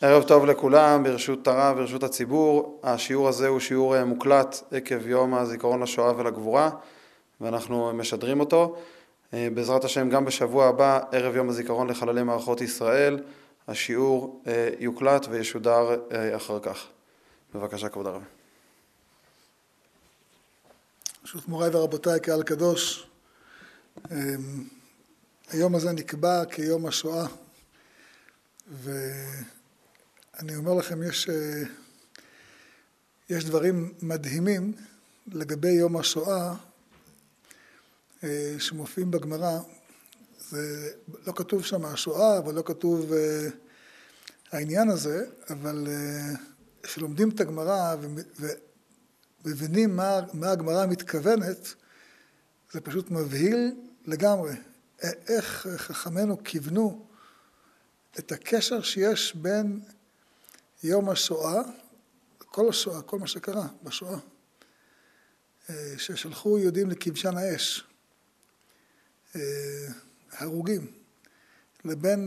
ערב טוב לכולם, ברשות הרב, ברשות הציבור. השיעור הזה הוא שיעור מוקלט עקב יום הזיכרון לשואה ולגבורה, ואנחנו משדרים אותו. בעזרת השם גם בשבוע הבא, ערב יום הזיכרון לחללי מערכות ישראל, השיעור יוקלט וישודר אחר כך. בבקשה כבוד הרב. ברשות מוריי ורבותיי, קהל קדוש, היום הזה נקבע כיום השואה, ואני אומר לכם, יש דברים מדהימים לגבי יום השואה שמופיעים בגמרא. זה לא כתוב שם השואה, אבל לא כתוב העניין הזה, אבל כשלומדים את הגמרא ומבינים מה הגמרא מתכוונת, זה פשוט מבהיל לגמרי. איך חכמינו כיוונו את הקשר שיש בין יום השואה, כל השואה, כל מה שקרה בשואה, ששלחו יהודים לכבשן האש, הרוגים, לבין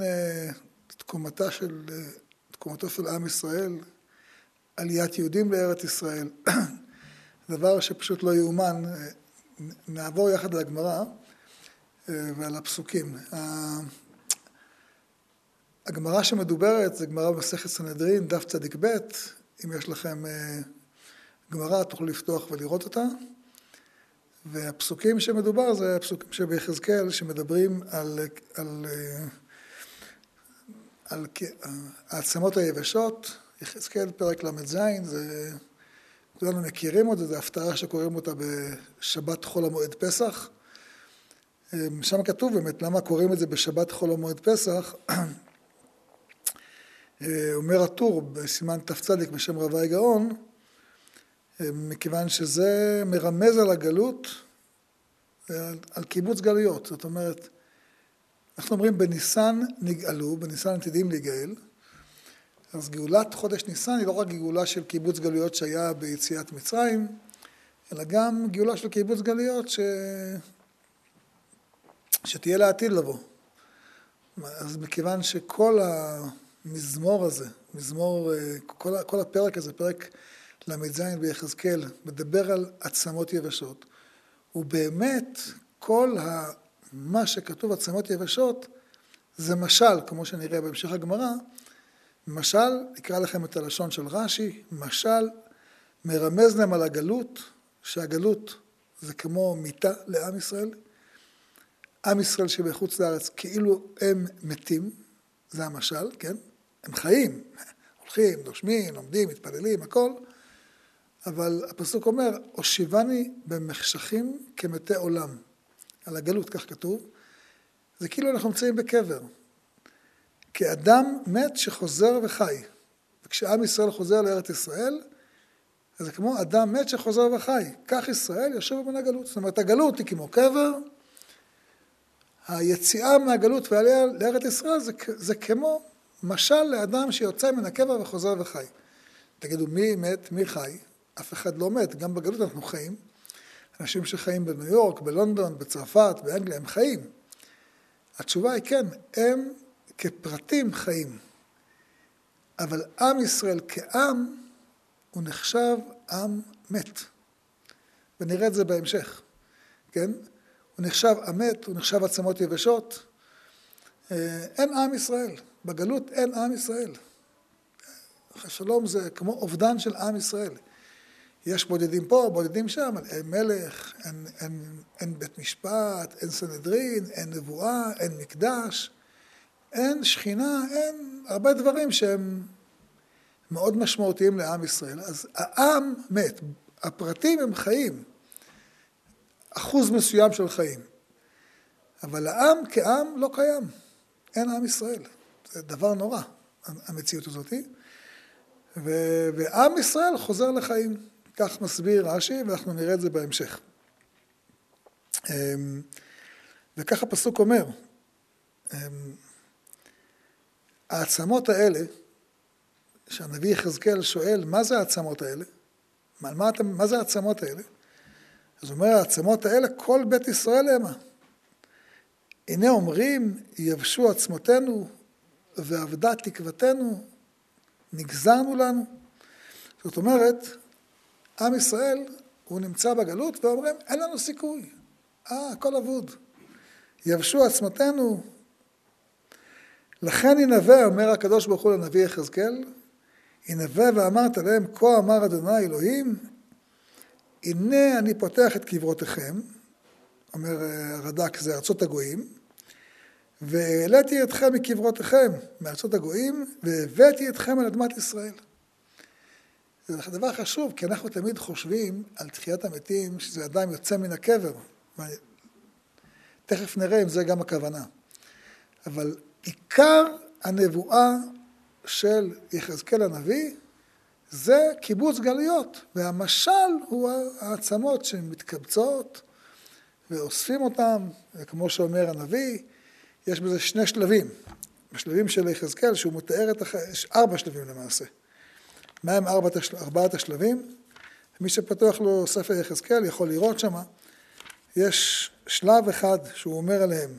תקומתו של עם ישראל, עליית יהודים לארץ ישראל, דבר שפשוט לא יאומן. נעבור יחד על הגמרא ועל הפסוקים. הגמרא שמדוברת זה גמרא במסכת סנהדרין, דף צדיק ב'. אם יש לכם גמרא תוכלו לפתוח ולראות אותה. והפסוקים שמדובר זה הפסוקים שביחזקאל שמדברים על העצמות היבשות. יחזקאל פרק ל"ז, זה כולנו מכירים אותה, זו הפטרה שקוראים אותה בשבת חול המועד פסח. שם כתוב באמת למה קוראים את זה בשבת חול המועד פסח. אומר הטור בסימן תצ"ד בשם רבי גאון, מכיוון שזה מרמז על הגלות, על קיבוץ גלויות. זאת אומרת, אנחנו אומרים בניסן נגאלו, בניסן עתידים להיגאל. אז גאולת חודש ניסן היא לא רק גאולה של קיבוץ גלויות שהיה ביציאת מצרים, אלא גם גאולה של קיבוץ גלויות שתהיה לעתיד לבוא. אז מכיוון שכל המזמור הזה, כל הפרק הזה, פרק ל"ז ביחזקאל, מדבר על עצמות יבשות, ובאמת כל מה שכתוב עצמות יבשות זה משל, כמו שנראה בהמשך הגמרא. משל, נקרא לכם את הלשון של רש"י, משל מרמז להם על הגלות, שהגלות זה כמו מיטה לעם ישראל. עם ישראל שבחוץ לארץ כאילו הם מתים, זה המשל, כן? הם חיים, הולכים, נושמים, לומדים, מתפללים, הכל. אבל הפסוק אומר, הושיבני במחשכים כמתי עולם. על הגלות, כך כתוב. זה כאילו אנחנו נמצאים בקבר. כאדם מת שחוזר וחי. וכשעם ישראל חוזר לארץ ישראל, אז זה כמו אדם מת שחוזר וחי. כך ישראל יושב בין הגלות. זאת אומרת, הגלות היא כמו קבר. היציאה מהגלות ועליה לארץ ישראל זה כמו משל לאדם שיוצא מן הקבר וחוזר וחי. תגידו, מי מת, מי חי? אף אחד לא מת. גם בגלות אנחנו חיים. אנשים שחיים בניו יורק, בלונדון, בצרפת, באנגליה, הם חיים. התשובה היא כן, הם כפרטים חיים. אבל עם ישראל כעם הוא נחשב עם מת. ונראה את זה בהמשך. כן? הוא נחשב המת, הוא נחשב עצמות יבשות. אין עם ישראל. בגלות אין עם ישראל. השלום זה כמו אובדן של עם ישראל. יש בודדים פה, בודדים שם, אין מלך, אין בית משפט, אין סנהדרין, אין נבואה, אין מקדש, אין שכינה, אין הרבה דברים שהם מאוד משמעותיים לעם ישראל. אז העם מת, הפרטים הם חיים, אחוז מסוים של חיים. אבל העם כעם לא קיים, אין עם ישראל. זה דבר נורא, המציאות הזאת. ועם ישראל חוזר לחיים. כך מסביר רש"י, ואנחנו נראה את זה בהמשך. וכך הפסוק אומר, העצמות האלה, שהנביא יחזקאל שואל, מה זה העצמות האלה? מה זה העצמות האלה? אז הוא אומר, העצמות האלה, כל בית ישראל המה. הנה אומרים, יבשו עצמותינו, ועבדה תקוותנו, נגזרנו לנו. זאת אומרת, עם ישראל הוא נמצא בגלות ואומרים, אין לנו סיכוי. הכל אבוד. יבשו עצמותינו. לכן ינבא, אומר הקדוש ברוך הוא לנביא יחזקאל, ינבא ואמרת להם, כה אמר אדוני אלוהים, הנה אני פותח את קברותיכם, אומר הרד"ק, זה ארצות הגויים, והעליתי אתכם מקברותיכם, מארצות הגויים, והבאתי אתכם על אדמת ישראל. זה דבר חשוב, כי אנחנו תמיד חושבים על תחיית המתים, שזה אדם יוצא מן הקבר. תכף נראה אם זה גם הכוונה. אבל עיקר הנבואה של יחזקאל הנביא, זה קיבוץ גלויות, והמשל הוא העצמות שמתקבצות ואוספים אותם, וכמו שאומר הנביא, יש בזה 2 שלבים. בשלבים של יחזקאל, שהוא מתאר יש 4 שלבים למעשה. מה הם 4 השלבים? מי שפתוח לו ספר יחזקאל יכול לראות שמה, יש שלב אחד שהוא אומר עליהם,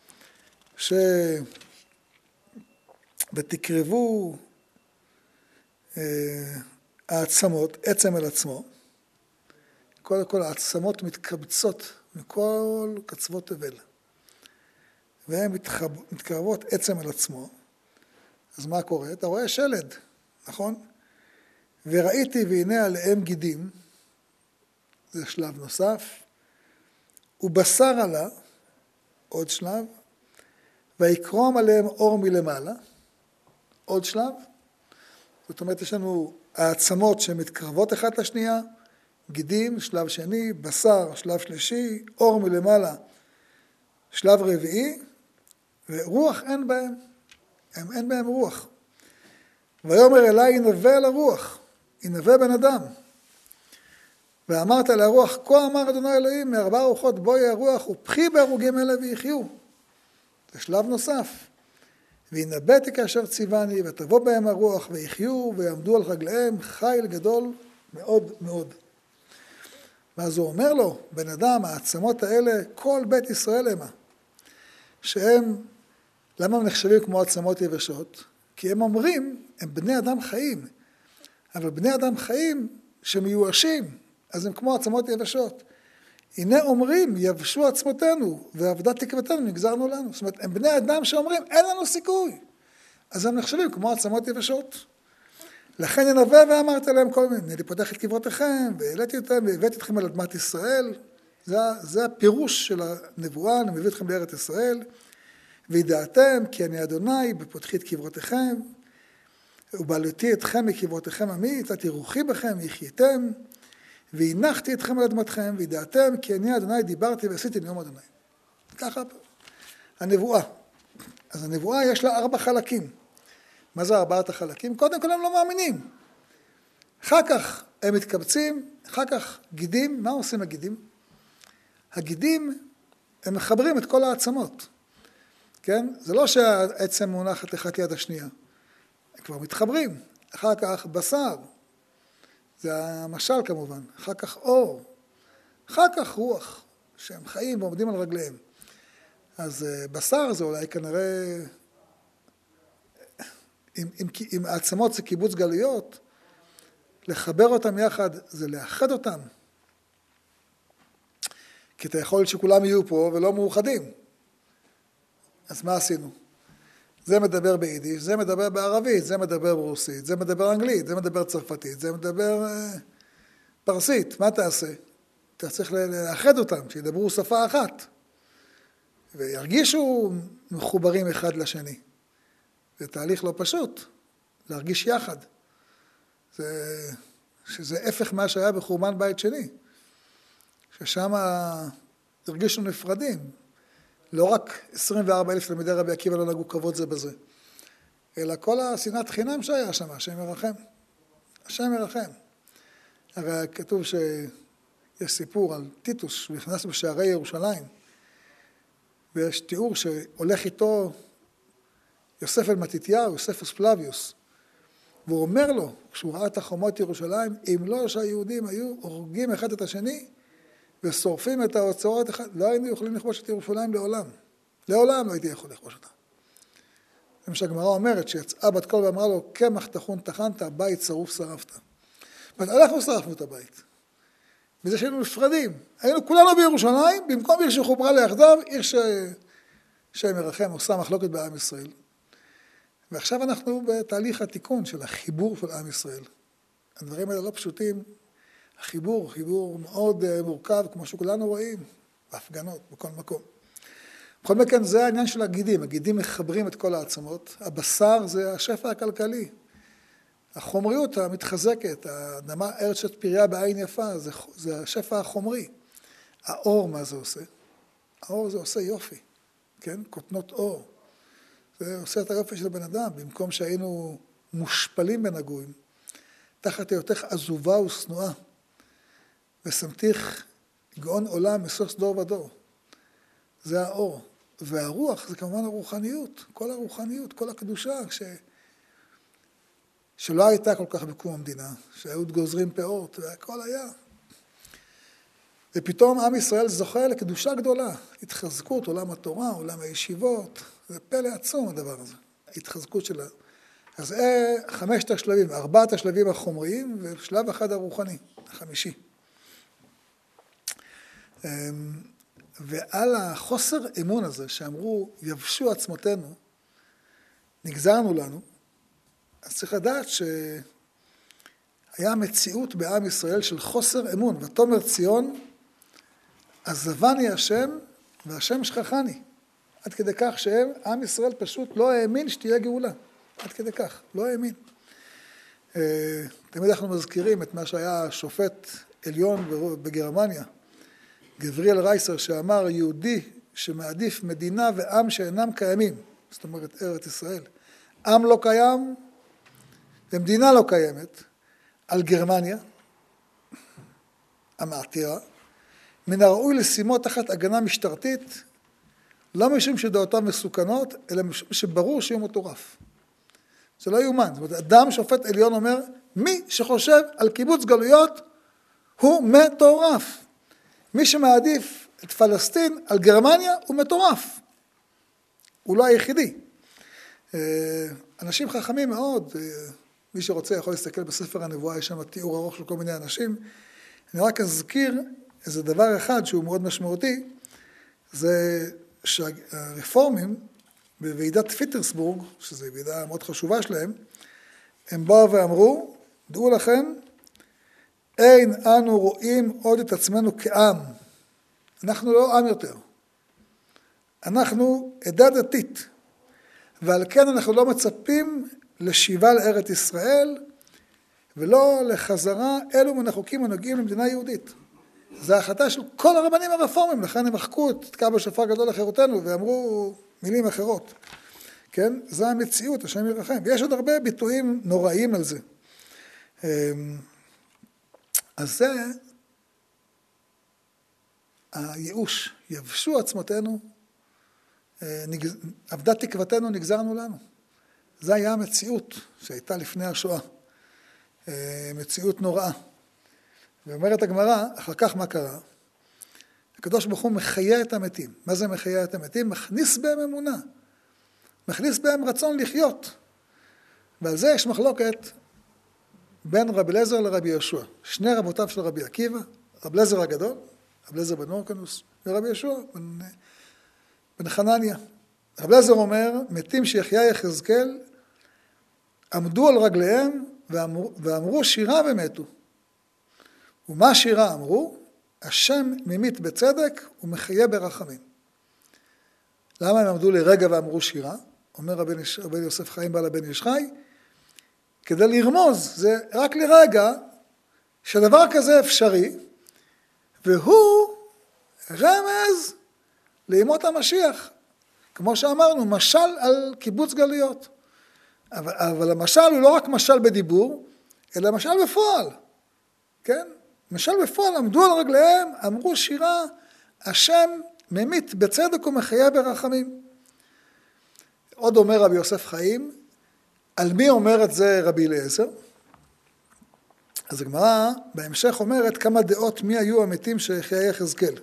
ותקרבו העצמות, עצם אל עצמו, קודם כל העצמות מתקבצות מכל קצוות תבל, והן מתקרבות עצם אל עצמו. אז מה קורה? אתה רואה שלד, נכון? וראיתי והנה עליהם גידים, זה שלב נוסף, ובשר עלה, עוד שלב, ויקרום עליהם אור מלמעלה, עוד שלב. זאת אומרת, יש לנו העצמות שמתקרבות אחת לשנייה, גידים, שלב שני, בשר, שלב שלישי, אור מלמעלה, שלב רביעי, ורוח אין בהם, אין בהם רוח. ויאמר אליי ינבא אל הרוח, ינבא בן אדם. ואמרת לרוח, כה אמר אדוני אלוהים, מ4 רוחות בואי הרוח, ופחי בהרוגים אלה ויחיו. זה שלב נוסף. וינבאתי כאשר ציווני, ותבוא בהם הרוח, ויחיו, ויעמדו על רגליהם, חיל גדול מאוד מאוד. ואז הוא אומר לו, בן אדם, העצמות האלה, כל בית ישראל המה. שהם, למה הם נחשבים כמו עצמות יבשות? כי הם אומרים, הם בני אדם חיים. אבל בני אדם חיים שמיואשים, אז הם כמו עצמות יבשות. הנה אומרים, יבשו עצמותינו, ועבדת תקוותנו, נגזרנו לנו. זאת אומרת, הם בני אדם שאומרים, אין לנו סיכוי. אז הם נחשבים כמו עצמות יבשות. לכן ינבא ואמרת להם כל מיני, אני פותח את קברותיכם, והעליתי אותם, והבאתי אתכם על אדמת ישראל. זה הפירוש של הנבואה, אני מביא אתכם לארץ ישראל. וידעתם, כי אני אדוני, בפותחי את קברותיכם, ובעלתי אתכם מקברותיכם עמי, נתתי רוחי בכם, יחייתם, והנחתי אתכם על אדמתכם, וידעתם, כי אני אדוני דיברתי ועשיתי נאום אדוני. ככה הנבואה. אז הנבואה יש לה 4 חלקים. מה זה 4 החלקים? קודם כל הם לא מאמינים. אחר כך הם מתקבצים, אחר כך גידים. מה עושים הגידים? הגידים, הם מחברים את כל העצמות. כן? זה לא שהעצם מונחת אחת ליד השנייה. הם כבר מתחברים. אחר כך בשר. זה המשל כמובן. אחר כך אור. אחר כך רוח. שהם חיים ועומדים על רגליהם. אז בשר זה אולי כנראה, אם העצמות זה קיבוץ גלויות, לחבר אותם יחד זה לאחד אותם. כי אתה יכול שכולם יהיו פה ולא מאוחדים. אז מה עשינו? זה מדבר ביידיש, זה מדבר בערבית, זה מדבר ברוסית, זה מדבר אנגלית, זה מדבר צרפתית, זה מדבר פרסית. מה תעשה? אתה צריך לאחד אותם, שידברו שפה אחת. וירגישו מחוברים אחד לשני. זה תהליך לא פשוט, להרגיש יחד. שזה הפך מה שהיה בחורבן בית שני. ששם הרגישו נפרדים. לא רק 24,000 תלמידי רבי עקיבא לא נגעו כבוד זה בזה, אלא כל השנאת חינם שהיה שם, השם ירחם. השם ירחם. הרי כתוב שיש סיפור על טיטוס, שהוא נכנס בשערי ירושלים, ויש תיאור שהולך איתו יוסף אל מתתיהו, יוספוס פלביוס, והוא אומר לו, כשהוא ראה את החומות ירושלים, אם לא שהיהודים היו הורגים אחד את השני, ושורפים את האוצרות אחד, לא היינו יכולים לכבוש את ירושלים לעולם. לעולם לא הייתי יכול לכבוש אותה. למשל הגמרא אומרת שיצאה בת קול ואמרה לו, קמח טחון טחנת, בית שרוף שרפת. אנחנו שרפנו את הבית. בזה שהיינו נפרדים. היינו כולנו בירושלים, במקום עיר שחוברה ליחדיו, עיר שמרחם עושה מחלוקת בעם ישראל. ועכשיו אנחנו בתהליך התיקון של החיבור של עם ישראל. הדברים האלה לא פשוטים. החיבור, חיבור מאוד מורכב, כמו שכולנו רואים, בהפגנות, בכל מקום. בכל מקרה, זה העניין של הגידים. הגידים מחברים את כל העצמות. הבשר זה השפע הכלכלי. החומריות המתחזקת, האדמה ארץ שאת פריה בעין יפה, זה השפע החומרי. האור, מה זה עושה? האור זה עושה יופי, כן? כותנות אור. זה עושה את היופי של הבן אדם, במקום שהיינו מושפלים בין הגויים, תחת היותך עזובה ושנואה, ושמתיך גאון עולם מסוס דור ודור. זה האור. והרוח זה כמובן הרוחניות, כל הקדושה, שלא הייתה כל כך בקום המדינה, שהיו גוזרים פאות, והכל היה. ופתאום עם ישראל זוכה לקדושה גדולה, התחזקות, עולם התורה, עולם הישיבות, זה פלא עצום הדבר הזה, ההתחזקות שלה. אז 5 השלבים, 4 השלבים החומריים, ושלב אחד הרוחני, החמישי. ועל החוסר אמון הזה, שאמרו, יבשו עצמותינו, נגזרנו לנו, אז צריך לדעת שהיה מציאות בעם ישראל של חוסר אמון, ותאמר ציון, עזבני השם, והשם שכחני. עד כדי כך שעם ישראל פשוט לא האמין שתהיה גאולה. עד כדי כך, לא האמין. תמיד אנחנו מזכירים את מה שהיה שופט עליון בגרמניה, גבריאל רייסר, שאמר יהודי שמעדיף מדינה ועם שאינם קיימים, זאת אומרת ארץ ישראל. עם לא קיים ומדינה לא קיימת על גרמניה, המעטירה, מן הראוי לשימו תחת הגנה משטרתית, לא משום שדעותיו מסוכנות, אלא משום שברור שהוא מטורף. זה לא יאומן. זאת אומרת, אדם שופט עליון אומר, מי שחושב על קיבוץ גלויות הוא מטורף. מי שמעדיף את פלסטין על גרמניה הוא מטורף. הוא לא היחידי. אנשים חכמים מאוד, מי שרוצה יכול להסתכל בספר הנבואה, יש שם תיאור ארוך של כל מיני אנשים. אני רק אזכיר איזה דבר אחד שהוא מאוד משמעותי, זה שהרפורמים בוועידת פיטרסבורג, שזו ועידה מאוד חשובה שלהם, הם באו ואמרו, דעו לכם, אין אנו רואים עוד את עצמנו כעם. אנחנו לא עם יותר. אנחנו עדה דתית. ועל כן אנחנו לא מצפים לשיבה לארץ ישראל, ולא לחזרה אלו מן החוקים הנוגעים למדינה יהודית. זו ההחלטה של כל הרבנים הרפורמים, לכן הם מחקו את תקע בשופר גדול לחירותנו, ואמרו מילים אחרות. כן? זו המציאות, השם ירחם. ויש עוד הרבה ביטויים נוראים על זה. אז זה הייאוש, יבשו עצמותינו, עבדה תקוותנו, נגזרנו לנו. זה היה המציאות שהייתה לפני השואה. מציאות נוראה. ואומרת הגמרא, אחר כך מה קרה? הקדוש ברוך הוא מחיה את המתים. מה זה מחיה את המתים? מכניס בהם אמונה. מכניס בהם רצון לחיות. ועל זה יש מחלוקת בין רבי אליעזר לרבי יהושע. שני רבותיו של רבי עקיבא, רבי אליעזר הגדול, רבי אליעזר בן הורקנוס, ורבי יהושע בן חנניה. רבי אליעזר אומר, מתים שיחיה יחזקאל, עמדו על רגליהם ואמרו שירה ומתו. ומה שירה אמרו? השם ממית בצדק ומחיה ברחמים. למה הם עמדו לרגע ואמרו שירה? אומר רבי יוסף חיים בעל הבן איש חי, כדי לרמוז, זה רק לרגע, שדבר כזה אפשרי, והוא רמז לימות המשיח. כמו שאמרנו, משל על קיבוץ גלויות. אבל המשל הוא לא רק משל בדיבור, אלא משל בפועל. כן? משל בפועל, עמדו על רגליהם, אמרו שירה, השם ממית בצדק ומחיה ברחמים. עוד אומר רבי יוסף חיים, על מי אומר את זה רבי אליעזר? אז הגמרא בהמשך אומרת כמה דעות מי היו המתים שיחיה יחזקאל.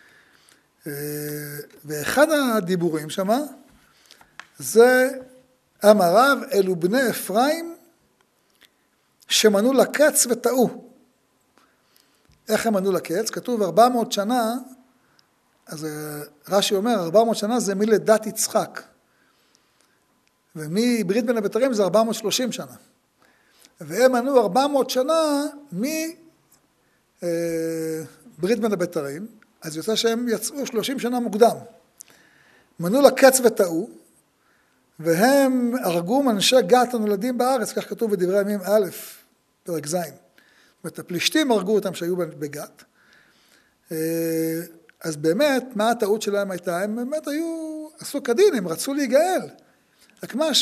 ואחד הדיבורים שמה, זה אמר רב, אלו בני אפרים שמנו לקץ וטעו. איך הם מנו לקץ? כתוב 400 שנה, אז רש"י אומר 400 שנה זה מלידת יצחק. ומברית בין הבתרים זה 430 שנה. והם מנו 400 שנה מברית בין הבתרים, אז יוצא שהם יצאו 30 שנה מוקדם. מנו לקץ וטעו, והם הרגו אנשי גת הנולדים בארץ, כך כתוב בדברי ימים א', פרק ז'. זאת אומרת, הפלישתים הרגו אותם שהיו בגת. אז באמת, מה הטעות שלהם הייתה? הם באמת עשו כדין, הם רצו להיגאל. רק מה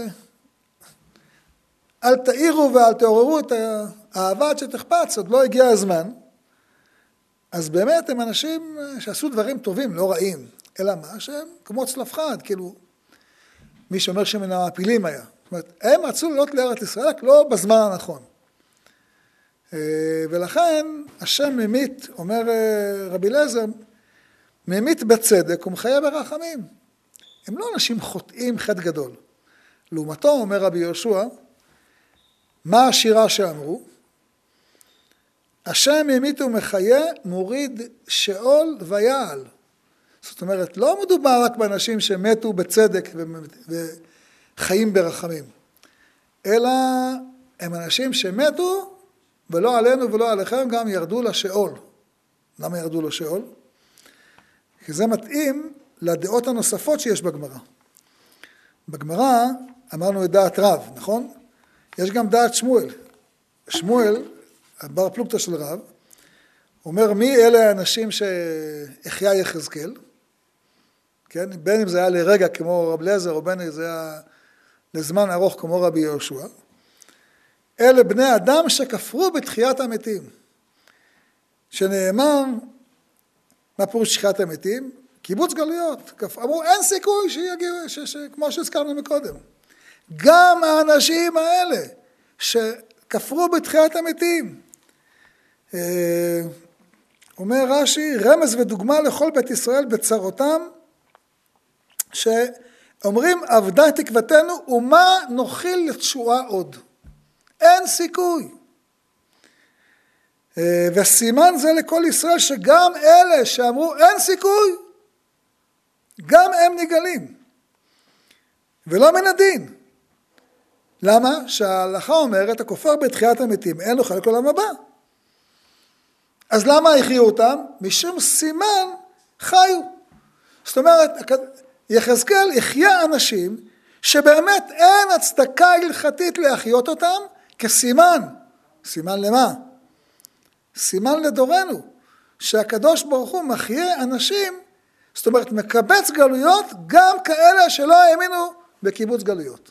אל תאירו ואל תעוררו את האהבה עד שתחפץ, עוד לא הגיע הזמן. אז באמת הם אנשים שעשו דברים טובים, לא רעים. אלא מה? שהם כמו צלף חד, כאילו, מי שאומר שמן המעפילים היה. זאת אומרת, הם רצו לעלות לארץ ישראל, רק לא בזמן הנכון. ולכן השם ממית, אומר רבי אליעזר, ממית בצדק ומחיה ברחמים. הם לא אנשים חוטאים חטא גדול. לעומתו, אומר רבי יהושע, מה השירה שאמרו? השם ממית ומחיה מוריד שאול ויעל. זאת אומרת, לא מדובר רק באנשים שמתו בצדק וחיים ברחמים, אלא הם אנשים שמתו ולא עלינו ולא עליכם, גם ירדו לשאול. למה ירדו לשאול? כי זה מתאים לדעות הנוספות שיש בגמרא. בגמרא אמרנו את דעת רב, נכון? יש גם דעת שמואל. שמואל, הבר פלוגתא של רב, אומר מי אלה האנשים שהחיה יחזקאל, כן? בין אם זה היה לרגע כמו רב אליעזר, או בין אם זה היה לזמן ארוך כמו רבי יהושע, אלה בני אדם שכפרו בתחיית המתים. שנאמר, מה פירוש תחיית המתים? קיבוץ גלויות. אמרו, אין סיכוי שיגיעו, כמו שהזכרנו מקודם. גם האנשים האלה שכפרו בתחיית המתים. אומר רש"י, רמז ודוגמה לכל בית ישראל בצרותם, שאומרים, אבדה תקוותנו, ומה נוחיל לתשועה עוד? אין סיכוי. וסימן זה לכל ישראל, שגם אלה שאמרו, אין סיכוי, גם הם נגלים. ולא מן הדין. למה? שההלכה אומרת, הכופר בתחיית המתים, אין לו חלק לעולם הבא. אז למה החיו אותם? משום סימן חיו. זאת אומרת, יחזקאל החיה אנשים שבאמת אין הצדקה הלכתית להחיות אותם כסימן. סימן למה? סימן לדורנו, שהקדוש ברוך הוא מחיה אנשים, זאת אומרת מקבץ גלויות גם כאלה שלא האמינו בקיבוץ גלויות.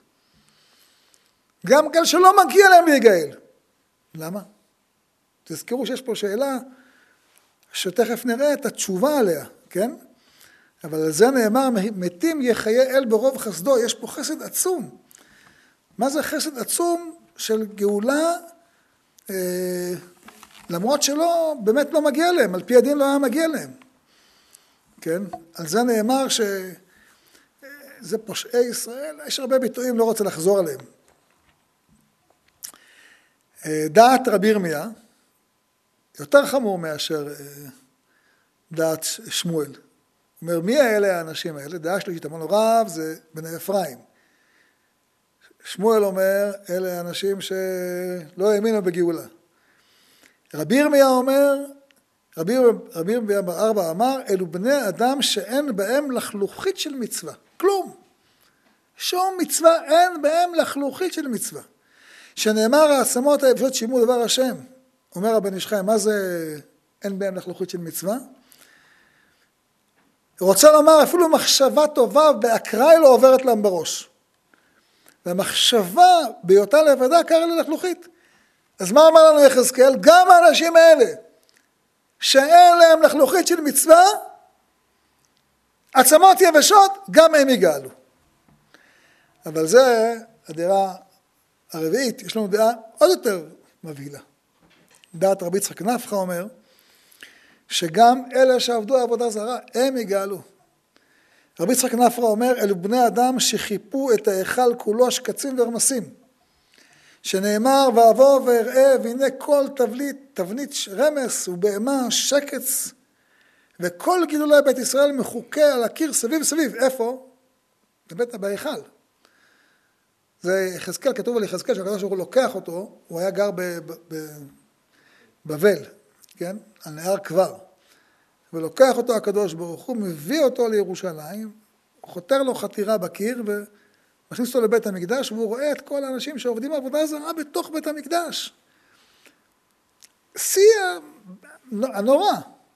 גם כאלה שלא מגיע להם להיגאל. למה? תזכרו שיש פה שאלה שתכף נראה את התשובה עליה, כן? אבל על זה נאמר, מתים יחיה אל ברוב חסדו, יש פה חסד עצום. מה זה חסד עצום של גאולה, למרות שלא, באמת לא מגיע להם, על פי הדין לא היה מגיע להם. כן? על זה נאמר שזה פושעי ישראל, יש הרבה ביטויים, לא רוצה לחזור עליהם. דעת רבי ירמיה, יותר חמור מאשר דעת שמואל. אומר, מי האלה האנשים האלה? דעה שלישית, אמרנו רב זה בני אפרים. שמואל אומר, אלה האנשים שלא האמינו בגאולה. רבי ירמיה אומר, רבי ירמיה בר ארבע אמר, אלו בני אדם שאין בהם לחלוכית של מצווה. כלום. שום מצווה אין בהם לחלוכית של מצווה. שנאמר, העצמות היבשות שימו דבר השם. אומר הבן איש חיים, מה זה אין בהם לחלוכית של מצווה? הוא רוצה לומר, אפילו מחשבה טובה באקראי לא עוברת להם בראש. והמחשבה בהיותה לבדה קרה ללחלוכית. אז מה אמר לנו יחזקאל? גם האנשים האלה, שאין להם לחלוכית של מצווה, עצמות יבשות, גם הם יגאלו. אבל זה הדעה הרביעית, יש לנו דעה עוד יותר מבהילה. דעת רבי יצחק נפחא אומר, שגם אלה שעבדו עבודה זרה, הם יגאלו. רבי יצחק נפרא אומר, אלו בני אדם שחיפו את ההיכל כולו שקצים ורמסים, שנאמר, ואבוא ואראה, והנה כל תבנית רמס ובהמה, שקץ, וכל גידולי בית ישראל מחוקה על הקיר סביב סביב. איפה? בבית בהיכל. זה יחזקאל, כתוב על יחזקאל, שהקדוש ברוך הוא לוקח אותו, הוא היה גר בבבל, כן? על נהר כבר. ולוקח אותו הקדוש ברוך הוא, מביא אותו לירושלים, חותר לו חתירה בקיר, ומכניס אותו לבית המקדש, והוא רואה את כל האנשים שעובדים עבודה זרה בתוך בית המקדש. שיא הנורא.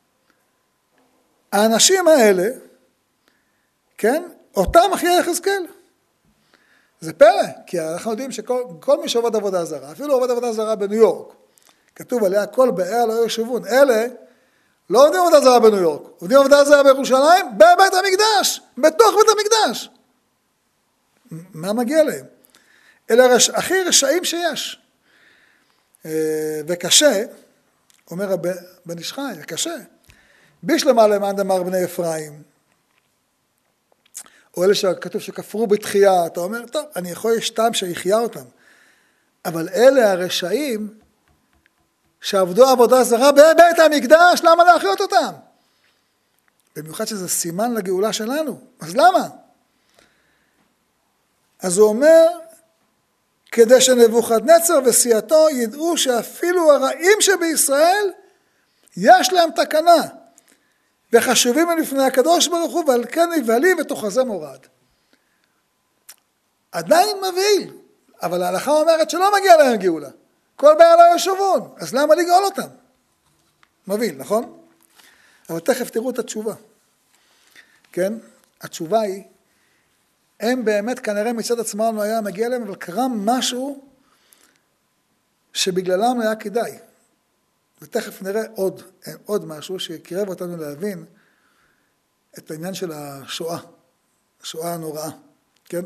האנשים האלה, כן? אותם אחיה יחזקאל. זה פלא, כי אנחנו יודעים שכל מי שעובד עבודה זרה, אפילו עובד עבודה זרה בניו יורק, כתוב עליה כל באר לא יושבון. אלה לא עובדים עבודה זרה בניו יורק, עובדים עבודה זרה בירושלים, בבית המקדש, בתוך בית המקדש. מה מגיע להם? אלה הכי רשעים שיש. וקשה, אומר בן איש חי, קשה. בשלמה למען דמר בני אפרים, או אלה שכתוב שכפרו בתחייה, אתה אומר, טוב, אני יכול יש טעם שיחיה אותם. אבל אלה הרשעים שעבדו עבודה זרה בבית המקדש, למה להחיות אותם? במיוחד שזה סימן לגאולה שלנו. אז למה? אז הוא אומר, כדי שנבוכדנצר וסיעתו ידעו שאפילו הרעים שבישראל, יש להם תקנה. וחשובים הם לפני הקדוש ברוך הוא, ועל כן נבהלי ותוחזה מורד. עדיין מבהיל, אבל ההלכה אומרת שלא מגיע להם גאולה. כל בעיה לא ישובון, אז למה לגאול אותם? מבהיל, נכון? אבל תכף תראו את התשובה. כן? התשובה היא, הם באמת כנראה מצד עצמם לא היה מגיע להם, אבל קרה משהו שבגללם היה כדאי. ותכף נראה עוד משהו שיקרב אותנו להבין את העניין של השואה, השואה הנוראה, כן?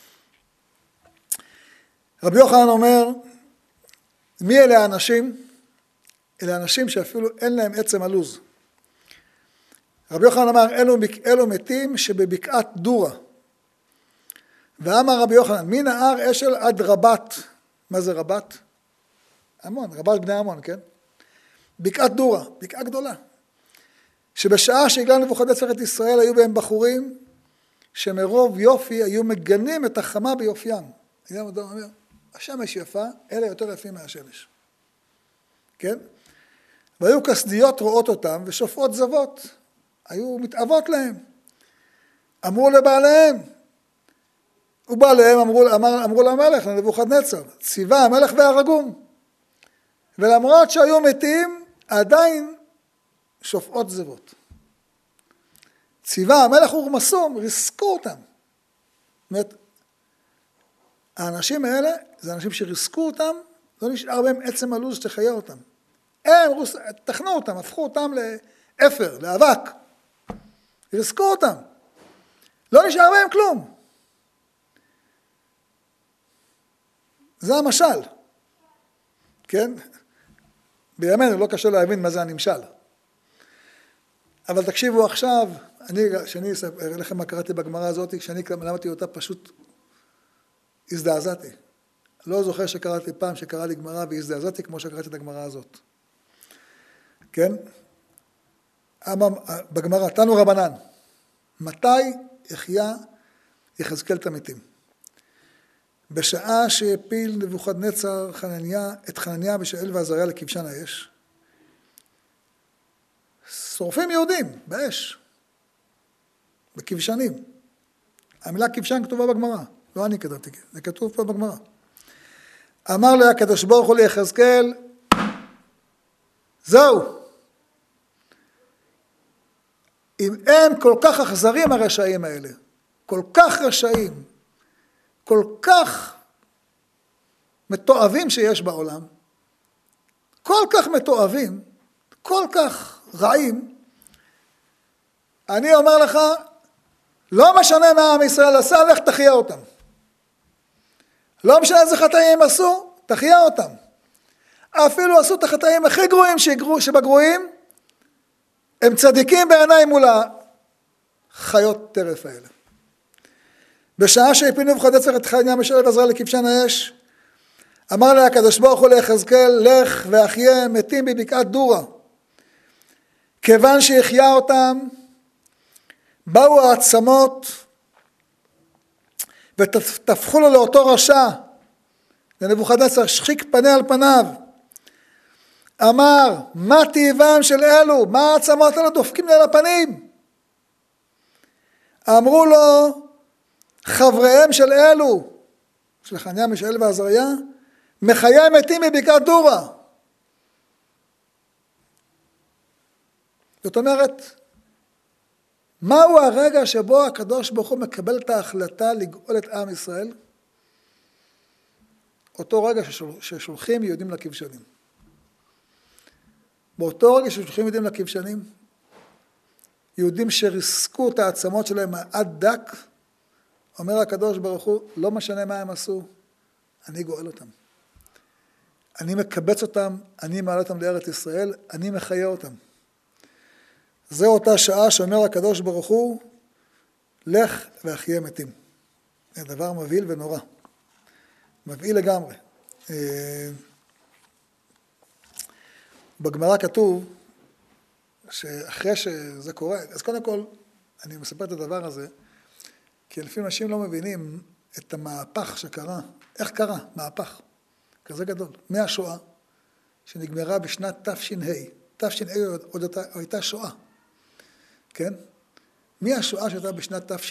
רבי יוחנן אומר, מי אלה האנשים? אלה האנשים שאפילו אין להם עצם הלוז. רבי יוחנן אמר, אלו מתים שבבקעת דורה. ואמר רבי יוחנן, מנהר אשל עד רבת. מה זה רבת? המון, רבת בני המון, כן? בקעת דורה, בקעה גדולה. שבשעה שהגלה נבוכדנצר את ישראל, היו בהם בחורים, שמרוב יופי היו מגנים את החמה ביופיים. היה אדם אומר, השמש יפה, אלה יותר יפים מהשמש. כן? והיו כסדיות רואות אותם, ושופעות זבות. היו מתאבות להם. אמרו לבעליהם, ובעליהם אמרו למלך, לנבוכדנצר, ציווה המלך והרגום. ולמרות שהיו מתים, עדיין שופעות זבות. ציווה המלך ורמסום, ריסקו אותם. זאת אומרת, האנשים האלה, זה אנשים שריסקו אותם, לא נשאר בהם עצם הלוז שתחיה אותם. הם תכנו אותם, הפכו אותם לאפר, לאבק. ריסקו אותם. לא נשאר בהם כלום. זה המשל. כן? בימינו לא קשה להבין מה זה הנמשל. אבל תקשיבו עכשיו, כשאני אראה לכם מה קראתי בגמרא הזאת, כשאני למדתי אותה פשוט הזדעזעתי. לא זוכר שקראתי פעם שקרא לי גמרא והזדעזעתי כמו שקראתי את הגמרא הזאת. כן? בגמרא, תנו רבנן, מתי יחיה יחזקאל את המתים? בשעה שהפיל נבוכדנצר את חנניה ושאול ועזריה לכבשן האש, שורפים יהודים באש, בכבשנים. המילה כבשן כתובה בגמרא, לא אני כתבתי, זה כתוב פה בגמרא. אמר לה הקדוש ברוך הוא ליחזקאל, זהו. אם הם כל כך אכזרים הרשעים האלה, כל כך רשעים, כל כך מתועבים שיש בעולם, כל כך מתועבים, כל כך רעים, אני אומר לך, לא משנה מה עם ישראל עשה, לך תחיה אותם. לא משנה איזה חטאים עשו, תחיה אותם. אפילו עשו את החטאים הכי גרועים שבגרועים, הם צדיקים בעיניי מול חיות טרף האלה. בשעה שהפיל נבוכדנצר את חנניה משל ועזריה לכבשן האש, אמר לה הקדוש ברוך הוא ליחזקאל, לך ואחיה מתים בבקעת דורה. כיוון שהחיה אותם, באו העצמות ותפחו לו לאותו רשע, לנבוכדנצר, שחיק פני על פניו. אמר, מה טבעם של אלו? מה העצמות האלה דופקים לי על הפנים? אמרו לו, חבריהם של אלו, של חנניה מישאל ועזריה, מחיי מתים בבקעת דורה. זאת אומרת, מהו הרגע שבו הקדוש ברוך הוא מקבל את ההחלטה לגאול את עם ישראל? אותו רגע ששולחים יהודים לכבשנים. באותו רגע ששולחים יהודים לכבשנים, יהודים שריסקו את העצמות שלהם עד דק, אומר הקדוש ברוך הוא, לא משנה מה הם עשו, אני גואל אותם. אני מקבץ אותם, אני מעלה אותם לארץ ישראל, אני מחיה אותם. זו אותה שעה שאומר הקדוש ברוך הוא, לך ואחיה מתים. זה דבר מבהיל ונורא. מבהיל לגמרי. בגמרא כתוב, שאחרי שזה קורה, אז קודם כל, אני מספר את הדבר הזה, כי לפעמים אנשים לא מבינים את המהפך שקרה. איך קרה? מהפך. כזה גדול. מהשואה, שנגמרה בשנת תש"ה. תש"ה עוד הייתה שואה. כן? מהשואה שהייתה בשנת תש"ה,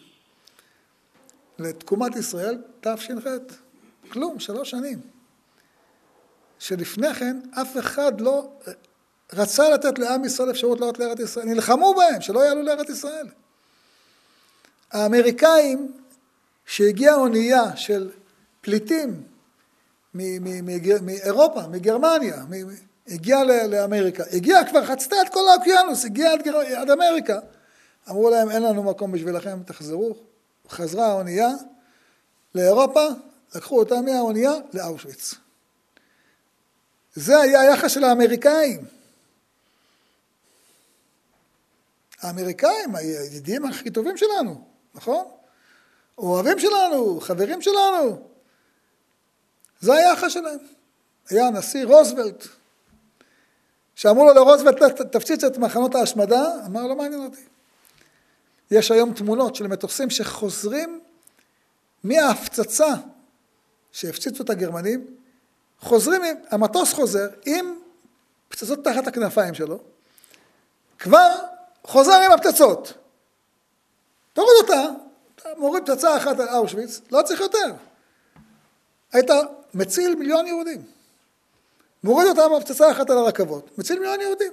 לתקומת ישראל, תש"ח. כלום, 3 שנים. שלפני כן, אף אחד לא רצה לתת לעם ישראל אפשרות לעלות לארץ ישראל. נלחמו בהם, שלא יעלו לארץ ישראל. האמריקאים, שהגיעה אונייה של פליטים מאירופה, מגרמניה, הגיעה לאמריקה, הגיעה כבר, חצתה את כל האוקיינוס, הגיעה עד אמריקה. אמרו להם, אין לנו מקום בשבילכם, תחזרו. חזרה האונייה לאירופה, לקחו אותה מהאונייה לאושוויץ. זה היה היחס של האמריקאים. האמריקאים, הידידים הכי טובים שלנו, נכון? אוהבים שלנו, חברים שלנו. זה היחס שלהם. היה הנשיא רוזוולט, שאמרו לו לרוזוולט, תפציץ את מחנות ההשמדה, אמר, לא מעניין אותי. יש היום תמונות של מטוסים שחוזרים מההפצצה שהפציצו את הגרמנים, חוזרים, המטוס חוזר עם פצצות תחת הכנפיים שלו, כבר חוזר עם הפצצות. תוריד אותה, אתה מוריד פצצה אחת על אושוויץ, לא צריך יותר. היית מציל 1,000,000 יהודים. מוריד אותה מהפצצה אחת על הרכבות, מציל 1,000,000 יהודים.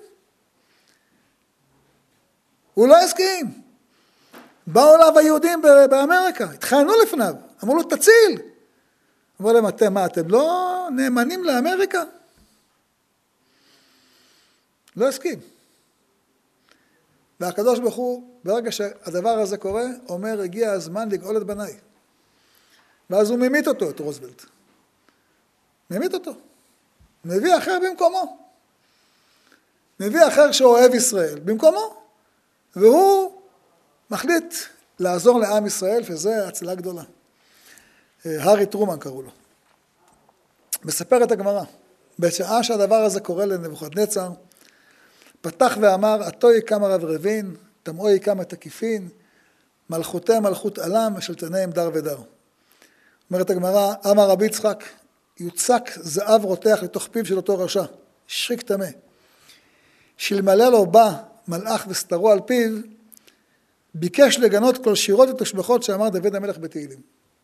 הוא לא הסכים. באו אליו היהודים באמריקה, התחיינו לפניו, אמרו לו תציל. אמרו להם, אתם לא נאמנים לאמריקה? לא הסכים. והקדוש ברוך הוא, ברגע שהדבר הזה קורה, אומר, הגיע הזמן לגאול את בניי. ואז הוא ממית אותו, את רוזוולט. ממית אותו. מביא אחר במקומו. מביא אחר שאוהב ישראל במקומו, והוא מחליט לעזור לעם ישראל, וזה הצלה גדולה. הארי טרומן קראו לו. מספר את הגמרא. בשעה שהדבר הזה קורה לנבוכדנצר, פתח ואמר, עתו יקם הרב רבין, תמאו יקם התקיפין, מלכותי מלכות עלם, ושלטניהם דר ודר. אומרת הגמרא, אמר רבי יצחק, יוצק זהב רותח לתוך פיו של אותו רשע, שריק טמא. שלמלא לו בא מלאך וסתרו על פיו, ביקש לגנות כל שירות ותשבחות שאמר דוד המלך בתהילים.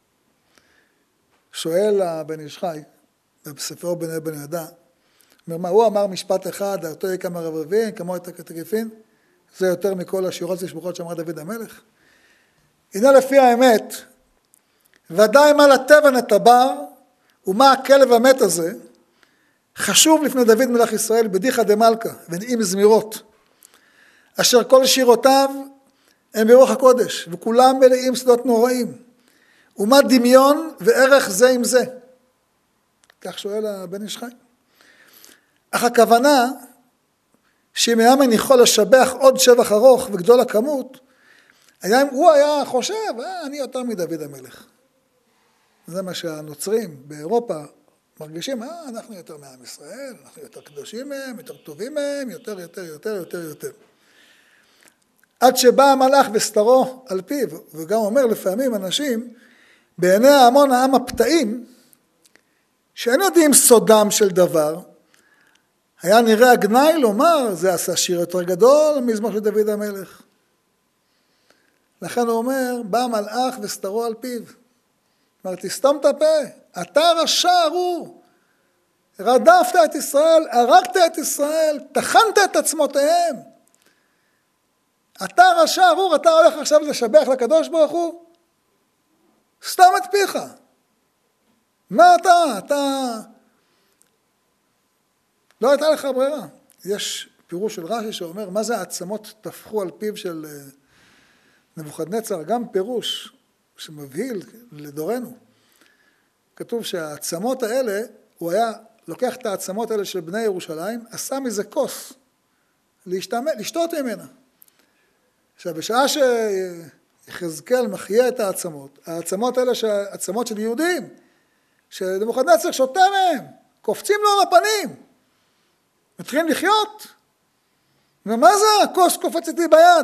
שואל הבן איש חי, בספרו בן יהודה, אומר מה, הוא אמר משפט אחד, עתו יקם הרב רבין, כמו את התקיפין, זה יותר מכל השירות ותשבחות שאמר דוד המלך. הנה לפי האמת, ודאי מה לטבע נטבר, ומה הכלב המת הזה, חשוב לפני דוד מלך ישראל בדיחא דמלכא, ונעים זמירות, אשר כל שירותיו הם ברוח הקודש, וכולם מלאים שדות נוראים, ומה דמיון וערך זה עם זה. כך שואל הבן איש חי. אך הכוונה, שאם היה מניחו לשבח עוד שבח ארוך וגדול הכמות, הוא היה חושב, אני יותר מדוד המלך. זה מה שהנוצרים באירופה מרגישים, אנחנו יותר מעם ישראל, אנחנו יותר קדושים מהם, יותר טובים מהם, יותר. עד שבא המלאך וסתרו על פיו, וגם אומר לפעמים אנשים, בעיני ההמון העם הפתאים, שאין יודעים סודם של דבר, היה נראה הגנאי לומר, זה עשה שיר יותר גדול מזמור של דוד המלך. לכן הוא אומר, בא המלאך וסתרו על פיו. אומר, תסתום את הפה, אתה רשע ארור, רדפת את ישראל, הרגת את ישראל, טחנת את עצמותיהם. אתה רשע ארור, אתה הולך עכשיו לשבח לקדוש ברוך הוא? סתם את פיך. מה אתה... לא הייתה לך ברירה. יש פירוש של רש"י שאומר, מה זה העצמות תפחו על פיו של נבוכדנצר? גם פירוש שמבהיל לדורנו. כתוב שהעצמות האלה, הוא היה לוקח את העצמות האלה של בני ירושלים, עשה מזה כוס, לשתות ממנה. עכשיו, בשעה שיחזקאל מחיה את העצמות, העצמות האלה העצמות של יהודים, שנבוכדנצר שותה מהם, קופצים לו על הפנים, מתחילים לחיות. ומה זה הכוס קופצת לי ביד?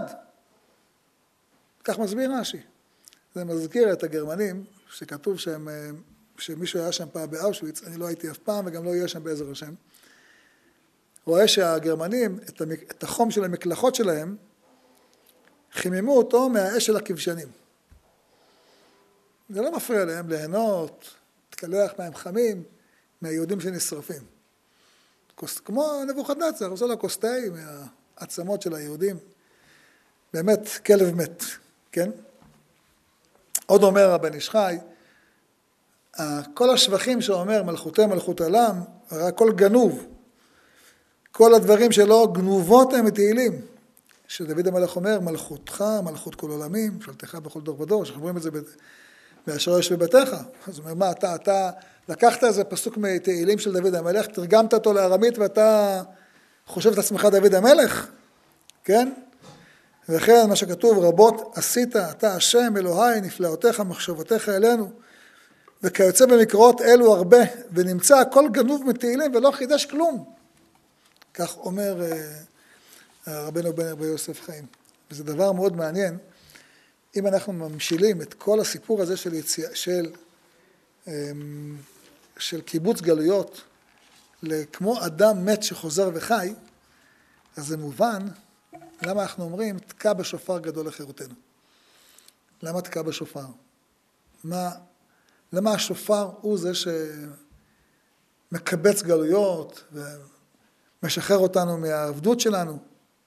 כך מסביר רש"י. זה מזכיר את הגרמנים, שכתוב שמישהו היה שם פעם באושוויץ, אני לא הייתי אף פעם וגם לא אהיה שם בעזר השם, רואה שהגרמנים, את החום של המקלחות שלהם, חיממו אותו מהאש של הכבשנים. זה לא מפריע להם ליהנות, להתקלח מים חמים, מהיהודים שנשרפים. כמו נבוכדנצר, עושה לו כוס תה מהעצמות של היהודים. באמת כלב מת, כן? עוד אומר הבן איש חי, כל השבחים שאומר מלכותי מלכות עולם, הכל גנוב. כל הדברים שלא גנובות הם מתהילים. שדוד המלך אומר, מלכותך, מלכות כל עולמים, שלטך בכל דור ודור, שאנחנו רואים את זה באשר יש בביתך. אז הוא אומר, מה, אתה לקחת איזה פסוק מתהילים של דוד המלך, תרגמת אותו לארמית ואתה חושב את עצמך דוד המלך, כן? וכן מה שכתוב, רבות עשית, אתה השם אלוהי, נפלאותיך, מחשבותיך אלינו, וכיוצא במקראות אלו הרבה, ונמצא הכל גנוב מתהילים ולא חידש כלום. כך אומר רבנו בן רבי יוסף חיים. וזה דבר מאוד מעניין, אם אנחנו ממשילים את כל הסיפור הזה של קיבוץ גלויות, כמו אדם מת שחוזר וחי, אז זה מובן, למה אנחנו אומרים, תקע בשופר גדול לחירותנו. למה תקע בשופר? למה השופר הוא זה שמקבץ גלויות ומשחרר אותנו מהעבדות שלנו?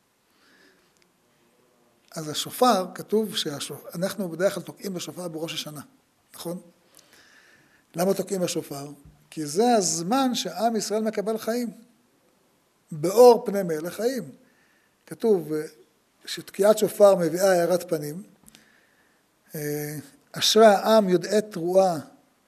אז השופר, כתוב שאנחנו בדרך כלל תוקעים בשופר בראש השנה, נכון? למה תוקעים בשופר? כי זה הזמן שעם ישראל מקבל חיים. באור פני מלך חיים. כתוב שתקיעת שופר מביאה הארת פנים. אשרי העם יודעי תרועה,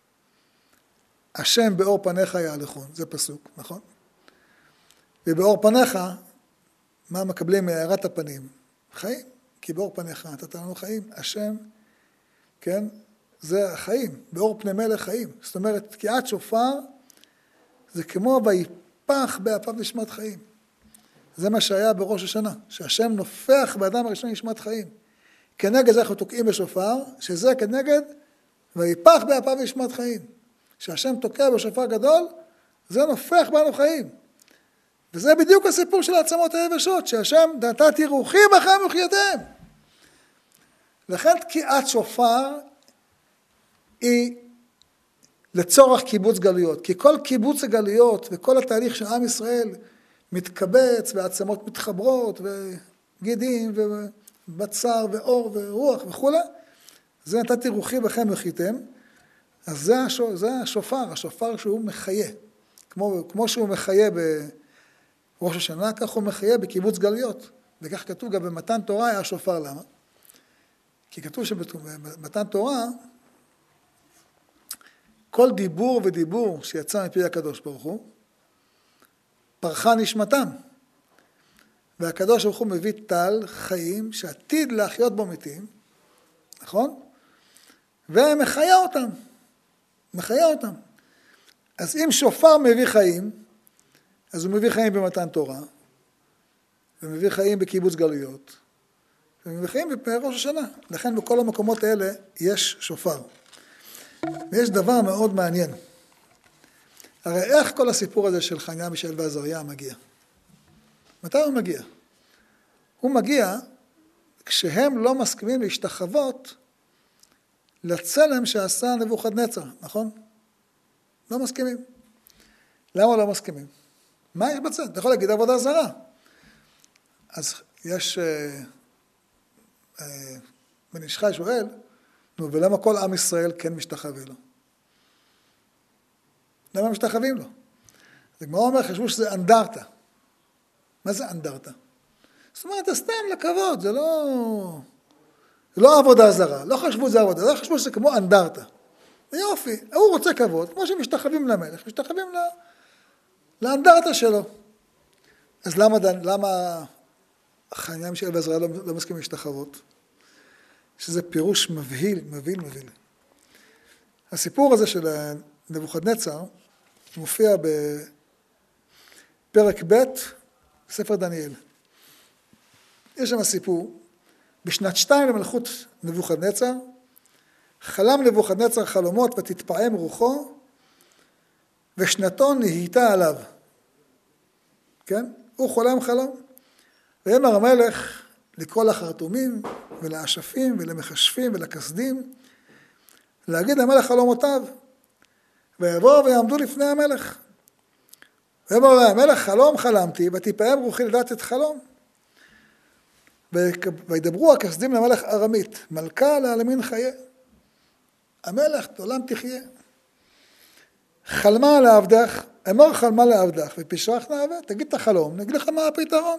השם באור פניך יהלכון. זה פסוק, נכון? ובאור פניך, מה מקבלים מהארת הפנים? חיים. כי באור פניך נתת לנו חיים. השם, כן? זה החיים. באור פני מלך חיים. זאת אומרת, תקיעת שופר זה כמו ויפח באפיו נשמת חיים. זה מה שהיה בראש השנה, שהשם נופח באדם הראשון נשמת חיים. כנגד זה אנחנו תוקעים בשופר, שזה כנגד ויפח באפיו נשמת חיים. שהשם תוקע בשופר גדול, זה נופח בנו חיים. וזה בדיוק הסיפור של העצמות היבשות, שהשם נתתי רוחי בכם וחייתם. לכן תקיעת שופר היא לצורך קיבוץ גלויות, כי כל קיבוץ הגלויות וכל התהליך של עם ישראל מתקבץ והעצמות מתחברות וגידים ובצר ואור ורוח וכו', זה נתתי רוחי בכם וחייתם. אז זה השופר, השופר שהוא מחיה, כמו שהוא מחיה בראש השנה, כך הוא מחיה בקיבוץ גלויות, וכך כתוב גם במתן תורה היה השופר. למה? כי כתוב שבמתן תורה כל דיבור ודיבור שיצא מפי הקדוש ברוך הוא, פרחה נשמתם. והקדוש ברוך הוא מביא טל חיים שעתיד להחיות בו מתים, נכון? ומחיה אותם, מחיה אותם. אז אם שופר מביא חיים, אז הוא מביא חיים במתן תורה, ומביא חיים בקיבוץ גלויות, ומביא חיים בראש השנה. לכן בכל המקומות האלה יש שופר. ויש דבר מאוד מעניין. הרי איך כל הסיפור הזה של חנניה, מישאל ועזריה מגיע? מתי הוא מגיע? הוא מגיע כשהם לא מסכימים להשתחוות לצלם שעשה נבוכדנצר, נכון? לא מסכימים. למה לא מסכימים? מה יש בצלם? אתה יכול להגיד עבודה זרה. אז יש, בן איש חי שואל, נו, ולמה כל עם ישראל כן משתחווה לו? למה משתחווים לו? אז הגמרא אומר, חשבו שזה אנדרטה. מה זה אנדרטה? זאת אומרת, זה סתם לכבוד, זה לא עבודה זרה, לא חשבו שזה עבודה, לא חשבו שזה כמו אנדרטה. זה יופי, הוא רוצה כבוד, כמו שמשתחווים למלך, משתחווים לאנדרטה שלו. אז למה חנניה, מישאל ועזריה לא מסכימים להשתחוות? שזה פירוש מבהיל. הסיפור הזה של נבוכדנצר מופיע בפרק ב' בספר דניאל. יש שם סיפור, בשנת 2 למלכות נבוכדנצר, חלם נבוכדנצר חלומות ותתפעם רוחו, ושנתו נהייתה עליו. כן? הוא חולם חלום. ויאמר המלך לקרוא לחרטומים ולאשפים ולמחשפים ולכסדים, להגיד למלך חלומותיו, ויבואו ויעמדו לפני המלך. ויאמר המלך, חלום חלמתי, ותתפעם רוחי לדעת את חלום. וידברו הכסדים למלך ארמית, מלכה לעלמין חיה. המלך, לעולם תחיה. חלמה לעבדך, אמר חלמה לעבדך, ופשרך נעבד, תגיד את החלום, נגיד לך מה הפתרון.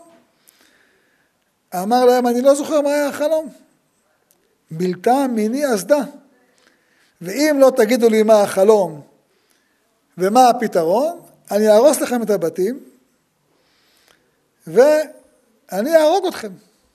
אמר להם, אני לא זוכר מה היה החלום. בלתה מיני אסדה. ואם לא תגידו לי מה החלום ומה הפתרון, אני אהרוס לכם את הבתים, ואני אהרוג אתכם.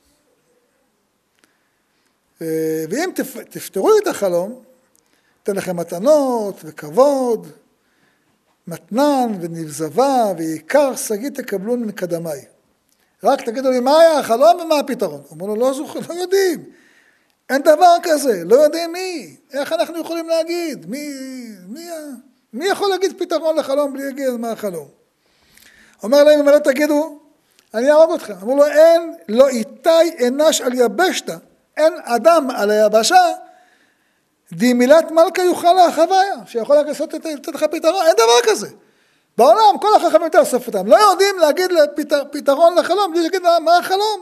ואם תפתרו את החלום, אתן לכם מתנות וכבוד, מתנן ונבזבה ועיקר שגיא תקבלו מקדמי. רק תגידו לי מה היה החלום ומה הפתרון. אמרו לו, לא זוכר, לא יודעים. אין דבר כזה, לא יודעים מי. איך אנחנו יכולים להגיד? מי יכול להגיד פתרון לחלום בלי להגיד מה החלום? אומר להם, אם לא תגידו, אני אהרוג אתכם. אמרו לו, אין, לא איתי אנש על יבשתה. אין אדם על היבשה, די מילת מלכה יוכל להחוויה, שיכול לתת לך פתרון, אין דבר כזה. בעולם, כל החכמים תאסוף אותם, לא יודעים להגיד פתרון לחלום, בלי להגיד מה החלום.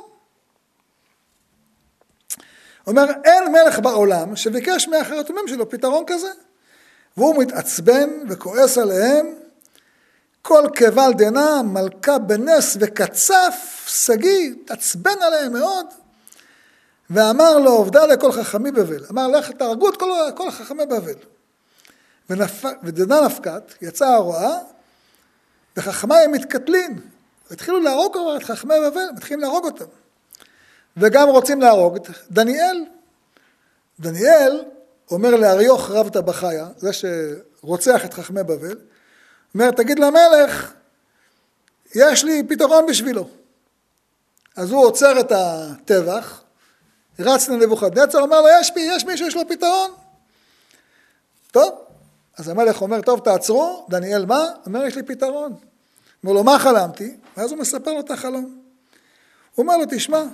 אומר, אין מלך בעולם שביקש מהחרטומים שלו פתרון כזה, והוא מתעצבן וכועס עליהם, כל קבל דנה, מלכה בנס וקצף, שגיא, תעצבן עליהם מאוד, ואמר לו, עובדה לכל חכמי בבל, אמר, לך תהרגו את כל חכמי בבל. ודנה נפקת, יצאה הרועה, וחכמי הם מתקטלין, התחילו להרוג את חכמי בבל, מתחילים להרוג אותם. וגם רוצים להרוג את דניאל. דניאל אומר לאריוך רב טבחיה, זה שרוצח את חכמי בבל, אומר, תגיד למלך, יש לי פתרון בשבילו. אז הוא עוצר את הטבח, רץ לנבוכדנצר, אומר לו, יש מישהו שיש לו פתרון. טוב, אז המלך אומר, טוב, תעצרו, דניאל מה? אומר, יש לי פתרון. אומר לו, מה חלמתי? ואז הוא מספר לו את החלום. הוא אומר לו, תשמע,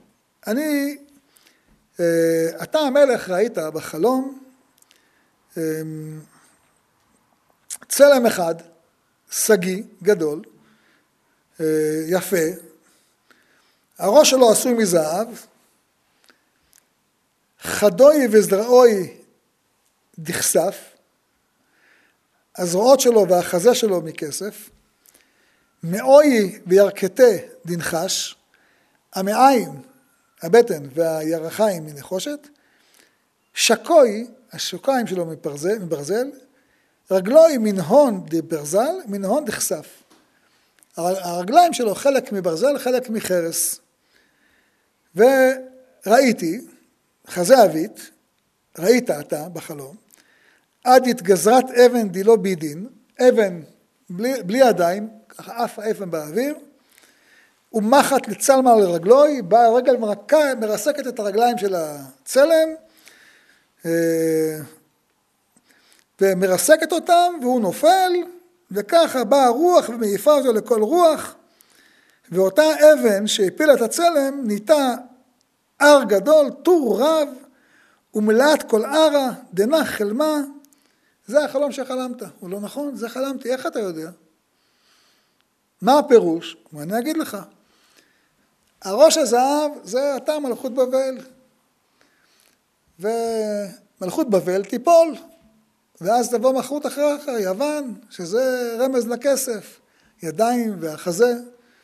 אתה המלך ראית בחלום, צלם אחד, שגיא, גדול, יפה, הראש שלו עשוי מזהב, חדוי וזרועוי דכסף, הזרועות שלו והחזה שלו מכסף, מאוי וירכתי דנחש, המעיים, הבטן והירחיים מנחושת, שקוי, השוקיים שלו מברזל, רגלוי מנהון דברזל, מנהון דכסף. הרגליים שלו חלק מברזל, חלק מחרס. וראיתי, חזה אבית, ראית אתה בחלום, עד התגזרת אבן דילו בידין, אבן בלי ידיים, ככה אף האבן באוויר, ומחת לצלמה על רגלוי, באה הרגל מרסקת את הרגליים של הצלם, ומרסקת אותם, והוא נופל, וככה באה הרוח ומעיפה אותו לכל רוח, ואותה אבן שהפילה את הצלם, נהייתה הר גדול, טור רב, ומלאת כל ערה, דנה חלמה. זה החלום שחלמת. הוא לא נכון? זה חלמתי. איך אתה יודע? מה הפירוש? ואני אגיד לך. הראש הזהב זה אתה מלכות בבל. ומלכות בבל תיפול. ואז תבוא מלכות אחריך, יוון, שזה רמז לכסף. ידיים והחזה.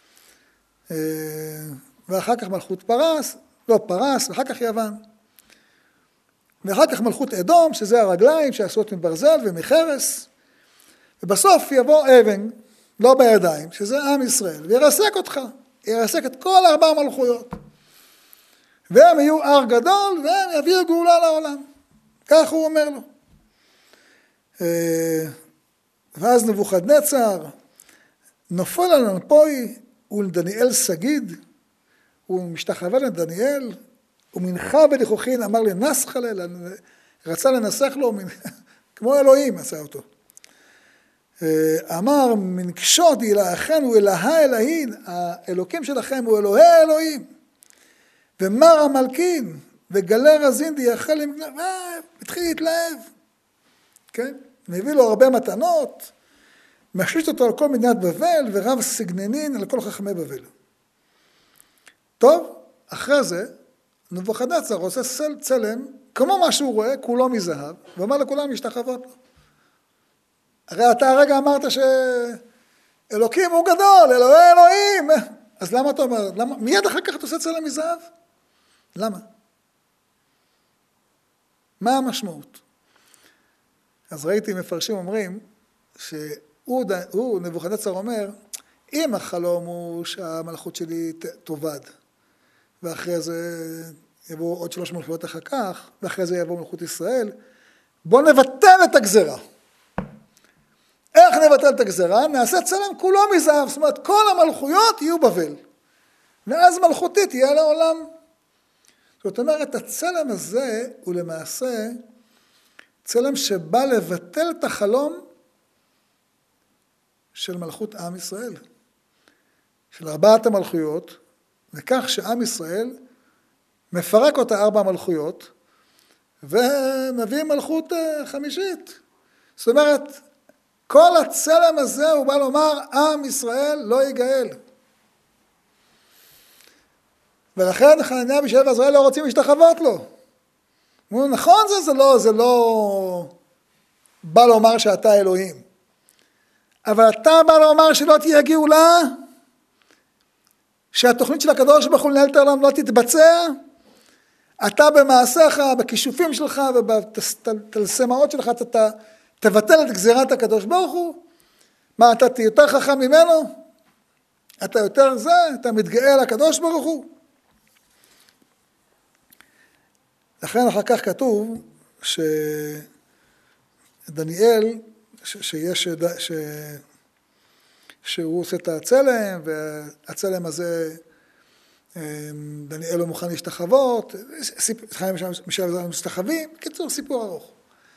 ואחר כך מלכות פרס, לא פרס, ואחר כך יוון. ואחר כך מלכות אדום, שזה הרגליים שעשות מברזל ומחרס. ובסוף יבוא אבן, לא בידיים, שזה עם ישראל, וירסק אותך. ירסק את כל 4 מלכויות. והם יהיו הר גדול, והם יביאו גאולה לעולם. כך הוא אומר לו. ואז נבוכדנצר נופל על אנפוי ולדניאל סגיד, הוא משתחווה לדניאל, ומנחה בניחוחין אמר לי נסך לילה, רצה לנסח לו, כמו אלוהים עשה אותו. אמר מנקשות אלהיכם הוא אלוהי אלוהין, האלוקים שלכם הוא אלוהי אלוהים. ומר המלכין וגלי רזין דייחל עם גנב, התחיל להתלהב. כן? מביא לו הרבה מתנות, משליט אותו על כל מדינת בבל ורב סגננין על כל חכמי בבל. טוב, אחרי זה, נבוכדנצר עושה צלם, כמו מה שהוא רואה, כולו מזהב, ואומר לכולם להשתחוות לו. הרי אתה הרגע אמרת שאלוקים הוא גדול, אלוהי אלוהים. אז למה אתה אומר, מיד אחר כך אתה עושה צלם מזהב? למה? מה המשמעות? אז ראיתי מפרשים אומרים, שהוא נבוכדנצר אומר, אם החלום הוא שהמלכות שלי תאבד, ואחרי זה יבואו עוד 3 מלכויות אחר כך, ואחרי זה יבואו מלכות ישראל, בוא נבטל את הגזרה. איך נבטל את הגזרה? נעשה צלם כולו מזהב, זאת אומרת, כל המלכויות יהיו בבל. ואז מלכותי תהיה לעולם. זאת אומרת, הצלם הזה הוא למעשה צלם שבא לבטל את החלום של מלכות עם ישראל. של 4 המלכויות, וכך שעם ישראל מפרק אותה 4 מלכויות, ומביא מלכות 5. זאת אומרת, כל הצלם הזה הוא בא לומר, עם ישראל לא יגאל. ולכן חנניה מישאל ועזריאל לא רוצים להשתחוות לו. נכון זה לא בא לומר שאתה אלוהים. אבל אתה בא לומר שלא תהיה גאולה, שהתוכנית של הקדוש ברוך הוא לנהל את העולם לא תתבצע, אתה במעשיך, בכישופים שלך ובתלסמאות שלך, אתה תבטל את גזירת הקדוש ברוך הוא. מה, אתה תהיה יותר חכם ממנו? אתה יותר אתה מתגאה לקדוש ברוך הוא? לכן אחר כך כתוב שדניאל, שהוא עושה את הצלם, והצלם הזה, דניאל לא מוכן להשתחוות, משתחווים, קיצור סיפור ארוך.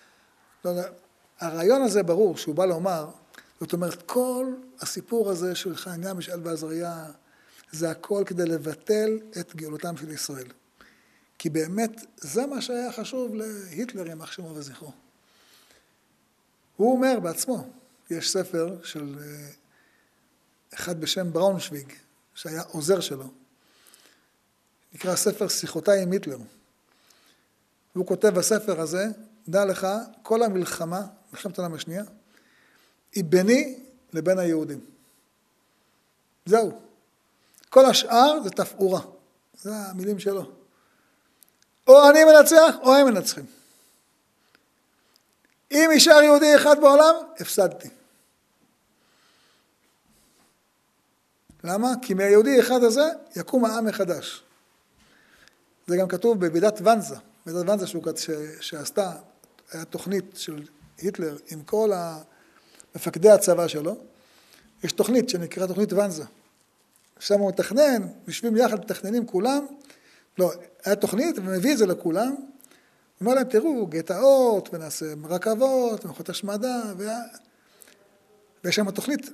הרעיון הזה ברור שהוא בא לומר, זאת אומרת, כל הסיפור הזה של חנניה מישאל ועזריה, זה הכל כדי לבטל את גאולתם של ישראל. כי באמת זה מה שהיה חשוב להיטלר, יימח שמו וזכרו. הוא אומר בעצמו, יש ספר של אחד בשם בראונשוויג, שהיה עוזר שלו, נקרא ספר שיחותיי עם היטלר. והוא כותב בספר הזה, דע לך, כל המלחמה, מלחמת העולם השנייה, היא ביני לבין היהודים. זהו. כל השאר זה תפאורה. זה המילים שלו. או אני מנצח, או הם מנצחים. אם יישאר יהודי אחד בעולם, הפסדתי. למה? כי מהיהודי אחד הזה יקום העם מחדש. זה גם כתוב בוועידת ואנזה, ועידת ואנזה שעשתה, היה תוכנית של היטלר עם כל מפקדי הצבא שלו, יש תוכנית שנקרא תוכנית ואנזה. שם הוא מתכנן, יושבים יחד, מתכננים כולם, לא, היה תוכנית ומביא את זה לכולם, הוא אומר להם, תראו, גטאות, ונעשה רכבות, ומכות השמדה, ויש שם תוכנית,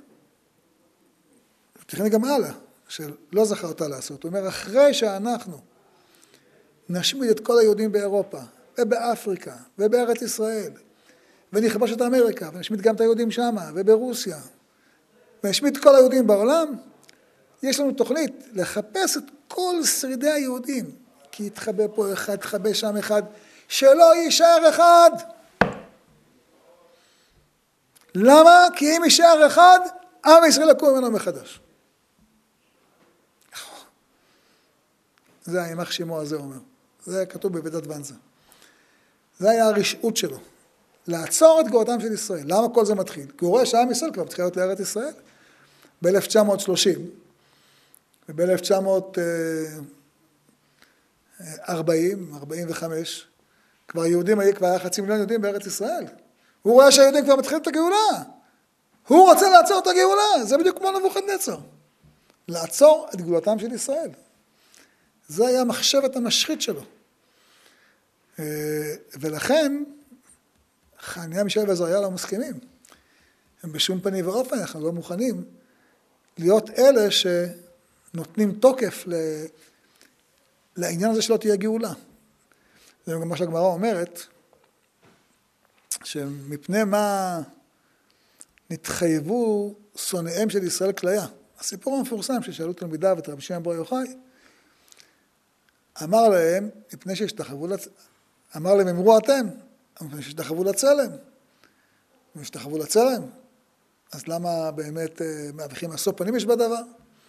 תכנית גם הלאה, שלא זכה אותה לעשות. הוא אומר, אחרי שאנחנו נשמיד את כל היהודים באירופה, ובאפריקה, ובארץ ישראל, ונכבוש את אמריקה, ונשמיד גם את היהודים שם, וברוסיה, ונשמיד את כל היהודים בעולם, יש לנו תוכנית לחפש את כל שרידי היהודים, כי יתחבא פה אחד, יתחבא שם אחד, שלא יישאר אחד. למה? כי אם יישאר אחד, עם ישראל יקום ממנו מחדש. זה הימח שמו הזה אומר. זה כתוב בוועידת ואנזה. זה היה הרשעות שלו. לעצור את גאותם של ישראל. למה כל זה מתחיל? כי הוא רואה שעם ישראל כבר מתחיל להיות לארץ ישראל. ב-1930 וב-1940, 45, כבר היה 500,000 יהודים בארץ ישראל. הוא רואה שהיהודים כבר מתחילים את הגאולה. הוא רוצה לעצור את הגאולה. זה בדיוק כמו נבוכדנצר. לעצור את גאולתם של ישראל. זה היה מחשבת המשחית שלו. ולכן, חנניה, מישאל ועזריה לא מסכימים. הם בשום פנים ואופן, אנחנו לא מוכנים להיות אלה שנותנים תוקף לעניין הזה שלא תהיה גאולה. זה גם מה שהגמרא אומרת, שמפני מה נתחייבו שונאיהם של ישראל כליה. הסיפור המפורסם ששאלו תלמידיו את רבי שמעון בר יוחאי, אמר להם, מפני שהשתחוו אמר להם, אמרו אתם, מפני שהשתחוו לצלם. והשתחוו לצלם, אז למה באמת מאבכים עשו פנים יש בדבר?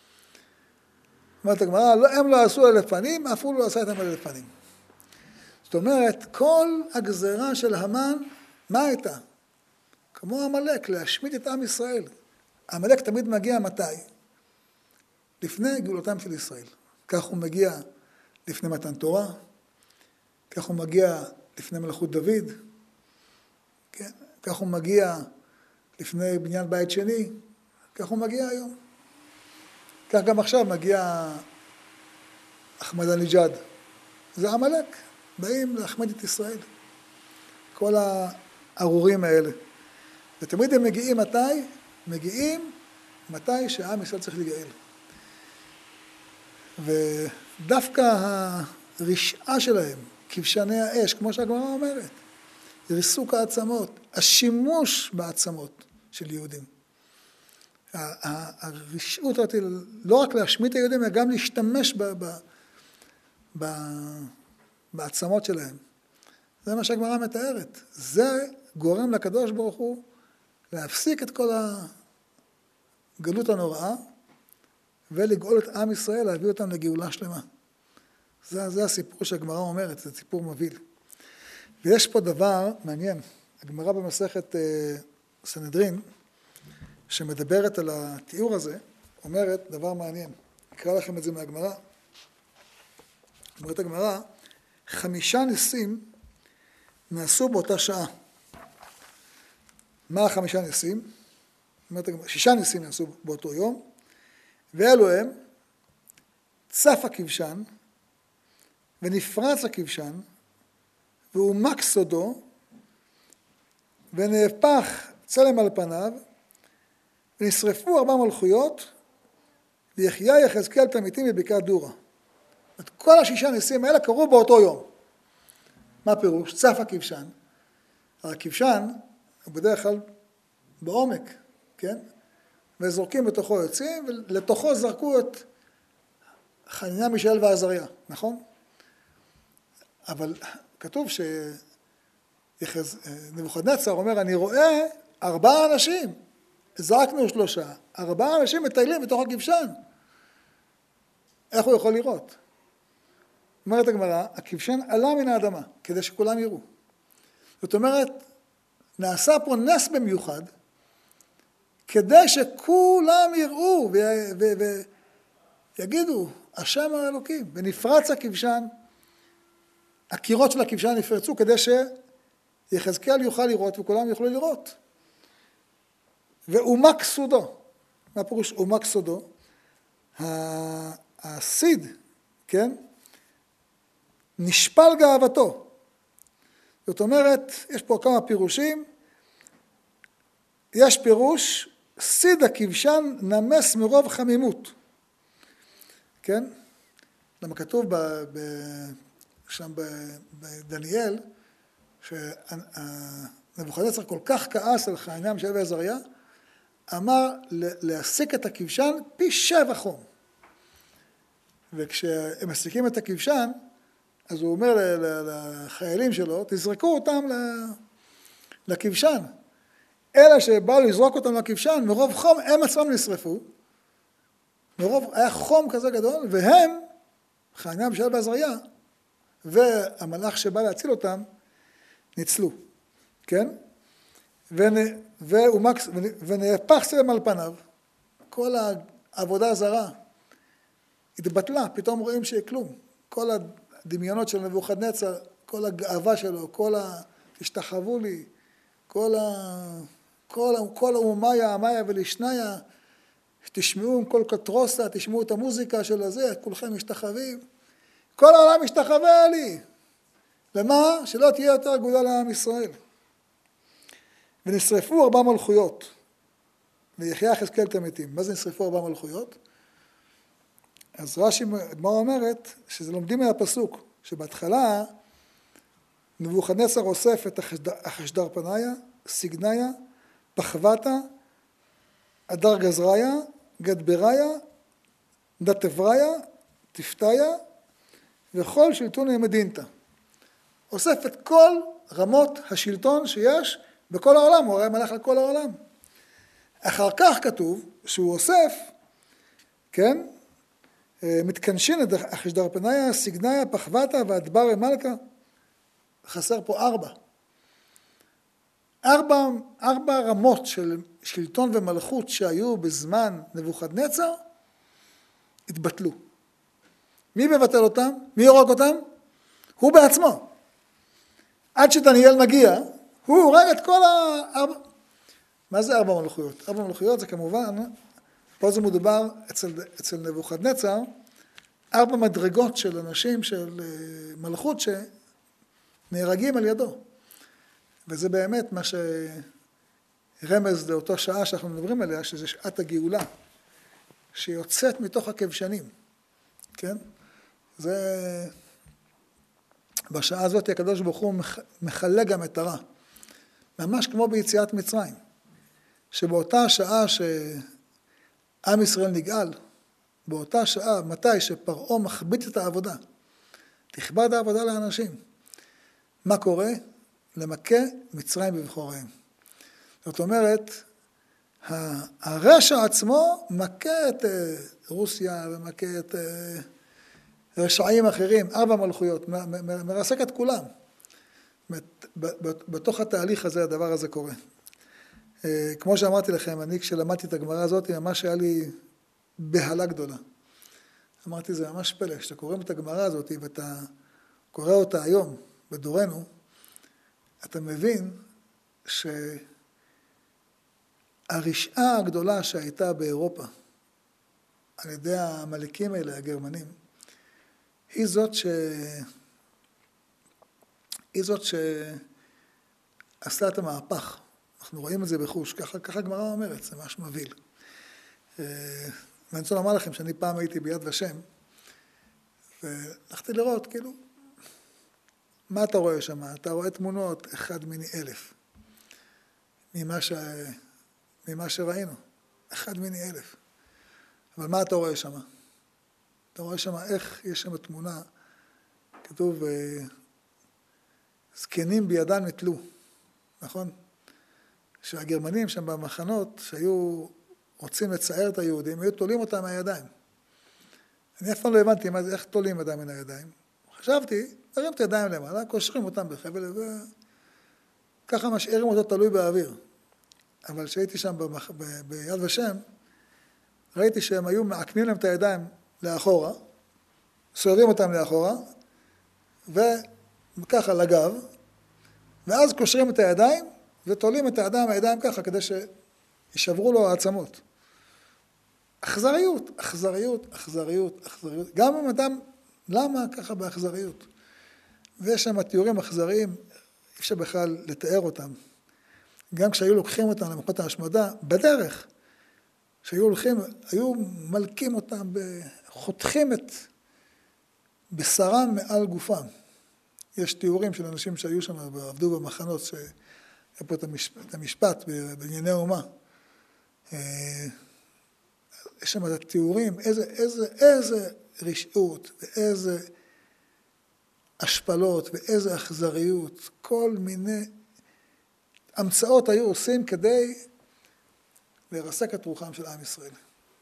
אומרת הגמרא, הם לא עשו אלף פנים, אף הוא לא עשה איתם אלף פנים. זאת אומרת, כל הגזרה של המן, מה הייתה? כמו המלאק, להשמיד את עם ישראל. המלאק תמיד מגיע מתי? לפני גאולתם של ישראל. כך הוא מגיע לפני מתן תורה, כך הוא מגיע לפני מלכות דוד, כן? כך הוא מגיע לפני בניין בית שני, כך הוא מגיע היום. כך גם עכשיו מגיע אחמדינג'אד. זה המלאק, באים להחמד את ישראל. כל הארורים האלה. ותמיד הם מגיעים מתי? מגיעים מתי שהעם ישראל צריך להיגאל. ודווקא הרשעה שלהם, כבשני האש, כמו שהגמרא אומרת, ריסוק העצמות, השימוש בעצמות של יהודים. הרשעות אותי לא רק להשמיד את היהודים, אלא גם להשתמש בעצמות שלהם. זה מה שהגמרא מתארת. זה גורם לקדוש ברוך הוא להפסיק את כל הגלות הנוראה, ולגאול את עם ישראל, להביא אותם לגאולה שלמה. זה הסיפור שהגמרא אומרת, זה סיפור מבהיל. ויש פה דבר מעניין. הגמרא במסכת סנהדרין, שמדברת על התיאור הזה, אומרת דבר מעניין. אקרא לכם את זה מהגמרא. אומרת הגמרא, 5 ניסים נעשו באותה שעה. מה 5 ניסים? אומרת הגמרא, 6 ניסים נעשו באותו יום, ואלו הם, צף הכבשן, ונפרץ הכבשן, והומק סודו, ונהפך צלם על פניו, ונשרפו 4 מלכויות, ויחיה יחזקאל תמיתים בבקעת דורה. את כל 6 ניסים האלה קרו באותו יום. מה פירוש? צף הכבשן. הכבשן הוא בדרך כלל בעומק, כן? וזורקים בתוכו יוצאים, ולתוכו זרקו את חנניה, מישאל ועזריה, נכון? אבל כתוב שנבוכדנצר אומר, אני רואה 4 אנשים, זרקנו 3, 4 אנשים מטיילים בתוך הכבשן. איך הוא יכול לראות? אומרת הגמרא, הכבשן עלה מן האדמה, כדי שכולם יראו. זאת אומרת, נעשה פה נס במיוחד, כדי שכולם יראו ויגידו, השם האלוקים, ונפרץ הכבשן, הקירות של הכבשן נפרצו כדי שיחזקאל יוכל לראות וכולם יוכלו לראות. ואומק סודו. מה פירוש אומק סודו? הסיד, כן? נשפל גאוותו. זאת אומרת, יש פה כמה פירושים. יש פירוש, סיד הכבשן נמס מרוב חמימות. כן? למה כתוב שם בדניאל, שנבוכדנצר כל כך כעס על חנניה מישאל ועזריה, אמר להסיק את הכבשן פי 7 חום. וכשהם מסיקים את הכבשן, אז הוא אומר לחיילים שלו, תזרקו אותם לכבשן. אלה שבאו לזרוק אותם לכבשן, מרוב חום הם עצמם נשרפו. היה חום כזה גדול, והם, חנניה מישאל ועזריה, והמלאך שבא להציל אותם, ניצלו. כן? ונהפך סלם על פניו. כל העבודה הזרה התבטלה, פתאום רואים שיהיה כלום. כל הדמיונות של נבוכדנצר, כל הגאווה שלו, כל השתחוו לי, כל אומיה, אמיה ולשניה, תשמעו כל קטרוסה, תשמעו את המוזיקה של הזה, כולכם משתחווים. כל העולם משתחווה לי. למה? שלא תהיה יותר גדולה לעם ישראל. ונשרפו 4 מלכויות. ויחיה יחזקאל את המתים. מה זה נשרפו 4 מלכויות? אז רש"י הגמרא אומרת שזה לומדים מהפסוק, שבהתחלה נבוכדנצר אוסף את אחשדרפניה, סיגניה, פחבתה, אדר גזריה, גדבריה, דתבריה, תפתיה, וכל שלטון מדינתא. אוסף את כל רמות השלטון שיש בכל העולם, הוא הרי מלך לכל העולם. אחר כך כתוב שהוא אוסף, כן, מתקנשין את אחשדרפניה, סיגניה, פחבתה ואדברה מלכה. חסר פה 4. 4 רמות של שלטון ומלכות שהיו בזמן נבוכדנצר, התבטלו. מי מבטל אותם? מי יורג אותם? הוא בעצמו. עד שדניאל מגיע, הוא הורג את כל 4. מה זה 4 מלכויות? 4 מלכויות זה כמובן, פה זה מדובר אצל נבוכדנצר, 4 מדרגות של אנשים של מלכות שנהרגים על ידו. וזה באמת מה שרמז לאותו שעה שאנחנו מדברים עליה, שזה שעת הגאולה, שיוצאת מתוך הכבשנים. כן? זה... בשעה הזאת הקדוש ברוך הוא מחלק גם את הרע. ממש כמו ביציאת מצרים. שבאותה שעה שעם ישראל נגאל, באותה שעה, מתי שפרעה מכביד את העבודה, תכבד העבודה לאנשים. מה קורה? למכה מצרים בבחוריהם. זאת אומרת, הרשע עצמו מכה את רוסיה ומכה את רשעים אחרים, 4 מלכויות, מרסק את כולם. בתוך התהליך הזה הדבר הזה קורה. כמו שאמרתי לכם, אני כשלמדתי את הגמרא הזאת, ממש היה לי בהלה גדולה. אמרתי, זה ממש פלא, כשאתה קורא את הגמרא הזאת ואתה קורא אותה היום בדורנו, אתה מבין שהרשעה הגדולה שהייתה באירופה, על ידי המלכים האלה, הגרמנים, היא זאת שעשתה את המהפך. אנחנו רואים את זה בחוש, ככה הגמרא אומרת, זה ממש מבהיל. ואני רוצה לומר לכם שאני פעם הייתי ביד ושם, והלכתי לראות, כאילו, מה אתה רואה שם? אתה רואה תמונות 1 מיני 1000, ממה שראינו, 1 מיני 1000. אבל מה אתה רואה שם? אתה רואה שם איך יש שם תמונה, כתוב, זקנים בידן נטלו, נכון? שהגרמנים שם במחנות, שהיו רוצים לצייר את היהודים, היו תולים אותם מהידיים. אני אף פעם לא הבנתי מה זה, איך תולים ידיים מן הידיים. חשבתי, תרים את הידיים למעלה, קושרים אותם בחבל, וככה משאירים אותו תלוי באוויר. אבל כשהייתי שם ביד ושם, ראיתי שהם היו מעקמים להם את הידיים לאחורה, סובבים אותם לאחורה, ככה לגב, ואז קושרים את הידיים ותולים את האדם הידיים ככה כדי שישברו לו העצמות. אכזריות, אכזריות, אכזריות, אכזריות. גם אם אדם, למה ככה באכזריות? ויש שם תיאורים אכזריים, אי אפשר בכלל לתאר אותם. גם כשהיו לוקחים אותם למחנות ההשמדה, בדרך, שהיו הולכים, היו מלקים אותם, חותכים את בשרם מעל גופם. יש תיאורים של אנשים שהיו שם ועבדו במחנות, שהיה פה את המשפט בענייני אומה. יש שם את התיאורים, איזה רשעות ואיזה השפלות ואיזה אכזריות, כל מיני המצאות היו עושים כדי לרסק את רוחם של עם ישראל.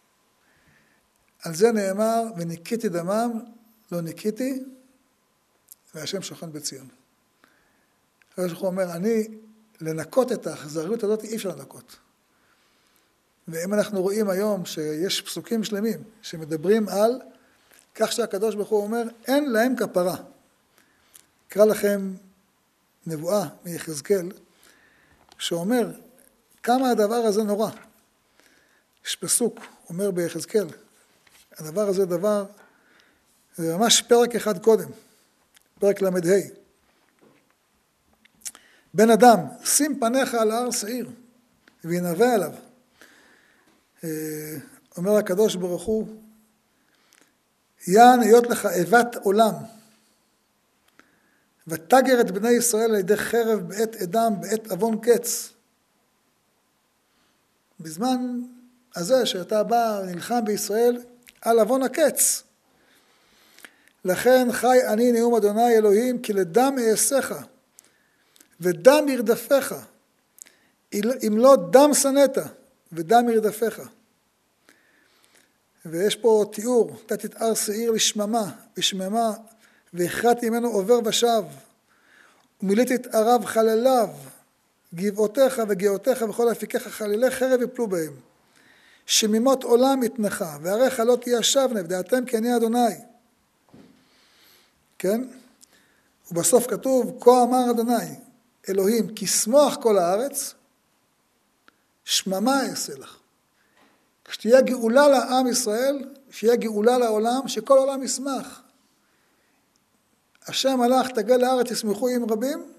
על זה נאמר, וניקיתי דמם, לא ניקיתי, והשם שוכן בציון. אחרי שהוא אומר, לנקות את האכזריות הזאת אי אפשר לנקות. ואם אנחנו רואים היום שיש פסוקים שלמים שמדברים על כך שהקדוש ברוך הוא אומר, אין להם כפרה. אקרא לכם נבואה מיחזקאל, שאומר כמה הדבר הזה נורא. יש פסוק, אומר ביחזקאל, הדבר הזה זה ממש פרק אחד קודם, פרק למ"ה. בן אדם, שים פניך על הר שעיר, וינבא עליו. אומר הקדוש ברוך הוא, יען היות לך איבת עולם, ותגר את בני ישראל על ידי חרב בעת אדם, בעת אבון קץ. בזמן הזה שאתה בא ונלחם בישראל על אבון הקץ. לכן חי אני נאום אדוני אלוהים, כי לדם אעשיך, ודם ירדפך, אם לא דם שנאת, ודם ירדפך. ויש פה תיאור, נתתי את הר שעיר לשממה, ושממה, והכרעתי ממנו עובר ושב, ומילאתי את ערב חלליו, גבעותיך וגאותיך וכל אפיקיך חלילי חרב יפלו בהם. שמימות עולם יתנך, ועריך לא תהיה שבנה, ודעתם כי אני אדוני. כן? ובסוף כתוב, כה אמר אדוני, אלוהים, כי שמוח כל הארץ, שממה אעשה לך. כשתהיה גאולה לעם ישראל, שיהיה גאולה לעולם, שכל העולם ישמח. השם הלך, תגל לארץ, ישמחו עם רבים,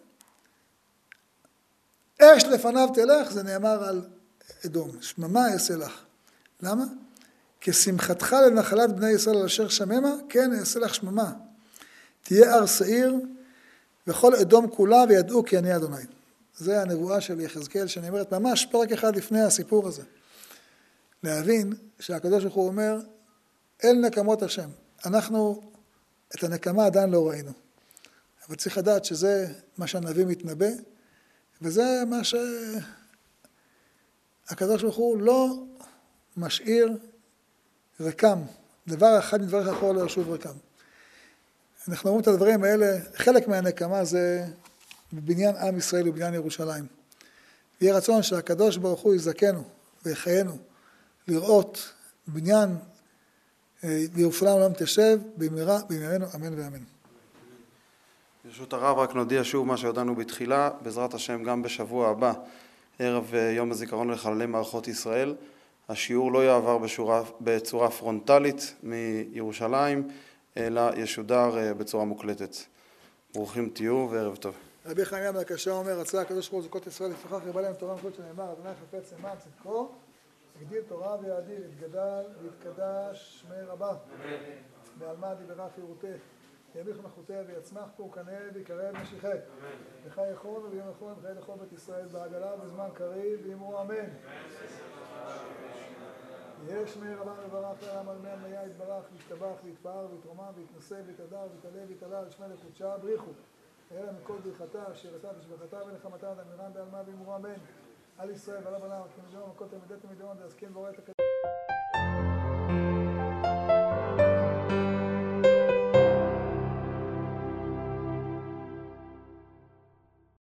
אש לפניו תלך, זה נאמר על אדום. שממה אעשה לך. למה? כי שמחתך לנחלת בני ישראל על אשר שממה, כן אעשה לך שממה. תהיה הר שעיר, וכל אדום כולה וידעו כי אני אדוני. זה הנבואה של יחזקאל, שאני אומרת ממש פרק אחד לפני הסיפור הזה. להבין שהקדוש ברוך הוא אומר, אל נקמות השם. אנחנו את הנקמה עדיין לא ראינו. אבל צריך לדעת שזה מה שהנביא מתנבא, וזה מה שהקדוש ברוך הוא לא משאיר רקם. דבר אחד מדבריך אחורה לא ישוב רקם. אנחנו אומרים את הדברים האלה, חלק מהנקמה זה בבניין עם ישראל ובבניין ירושלים. יהיה רצון שהקדוש ברוך הוא יזכנו ויחיינו לראות בניין וירושלים עולם תשב במהרה בימינו אמן ואמן. ברשות הרב רק נודיע שוב מה שהודענו בתחילה, בעזרת השם גם בשבוע הבא, ערב יום הזיכרון לחללי מערכות ישראל, השיעור לא יעבר בצורה פרונטלית מירושלים, אלא ישודר בצורה מוקלטת. ברוכים תהיו וערב טוב. רבי חיים מהקשה אומר, רצה הקדוש ברוך הוא זכות ישראל לפיכך ירבה להם תורה מלכות שנאמר, אדוני חפץ למען צדקו, הגדיל תורה ויעדיל, יתגדל ויתקדש שמי רבה. בעלמא דיברה חירותה, יביך מלכותה ויצמח פורקנה ויקרב משיחי. וחי יכול וביום יכול וחיי לכל בית ישראל בעגלה בזמן קריב ואמרו אמן. יש שמי רבה וברך לעם על מאה מיה יתברך וישתבח ויתפאר ויתרומם ויתנשא ויתהדר ויתעלה ויתעלה לשמי לחודשה בריחו. אלא מכל ברכתה, שירתה ושבחתה ונחמתה, דמירם בעלמא ואמרו אמן. על ישראל ועל הבנה, וכמדיון, וכל תלמידי תלמידיון, להסכים בורא את הקדוש.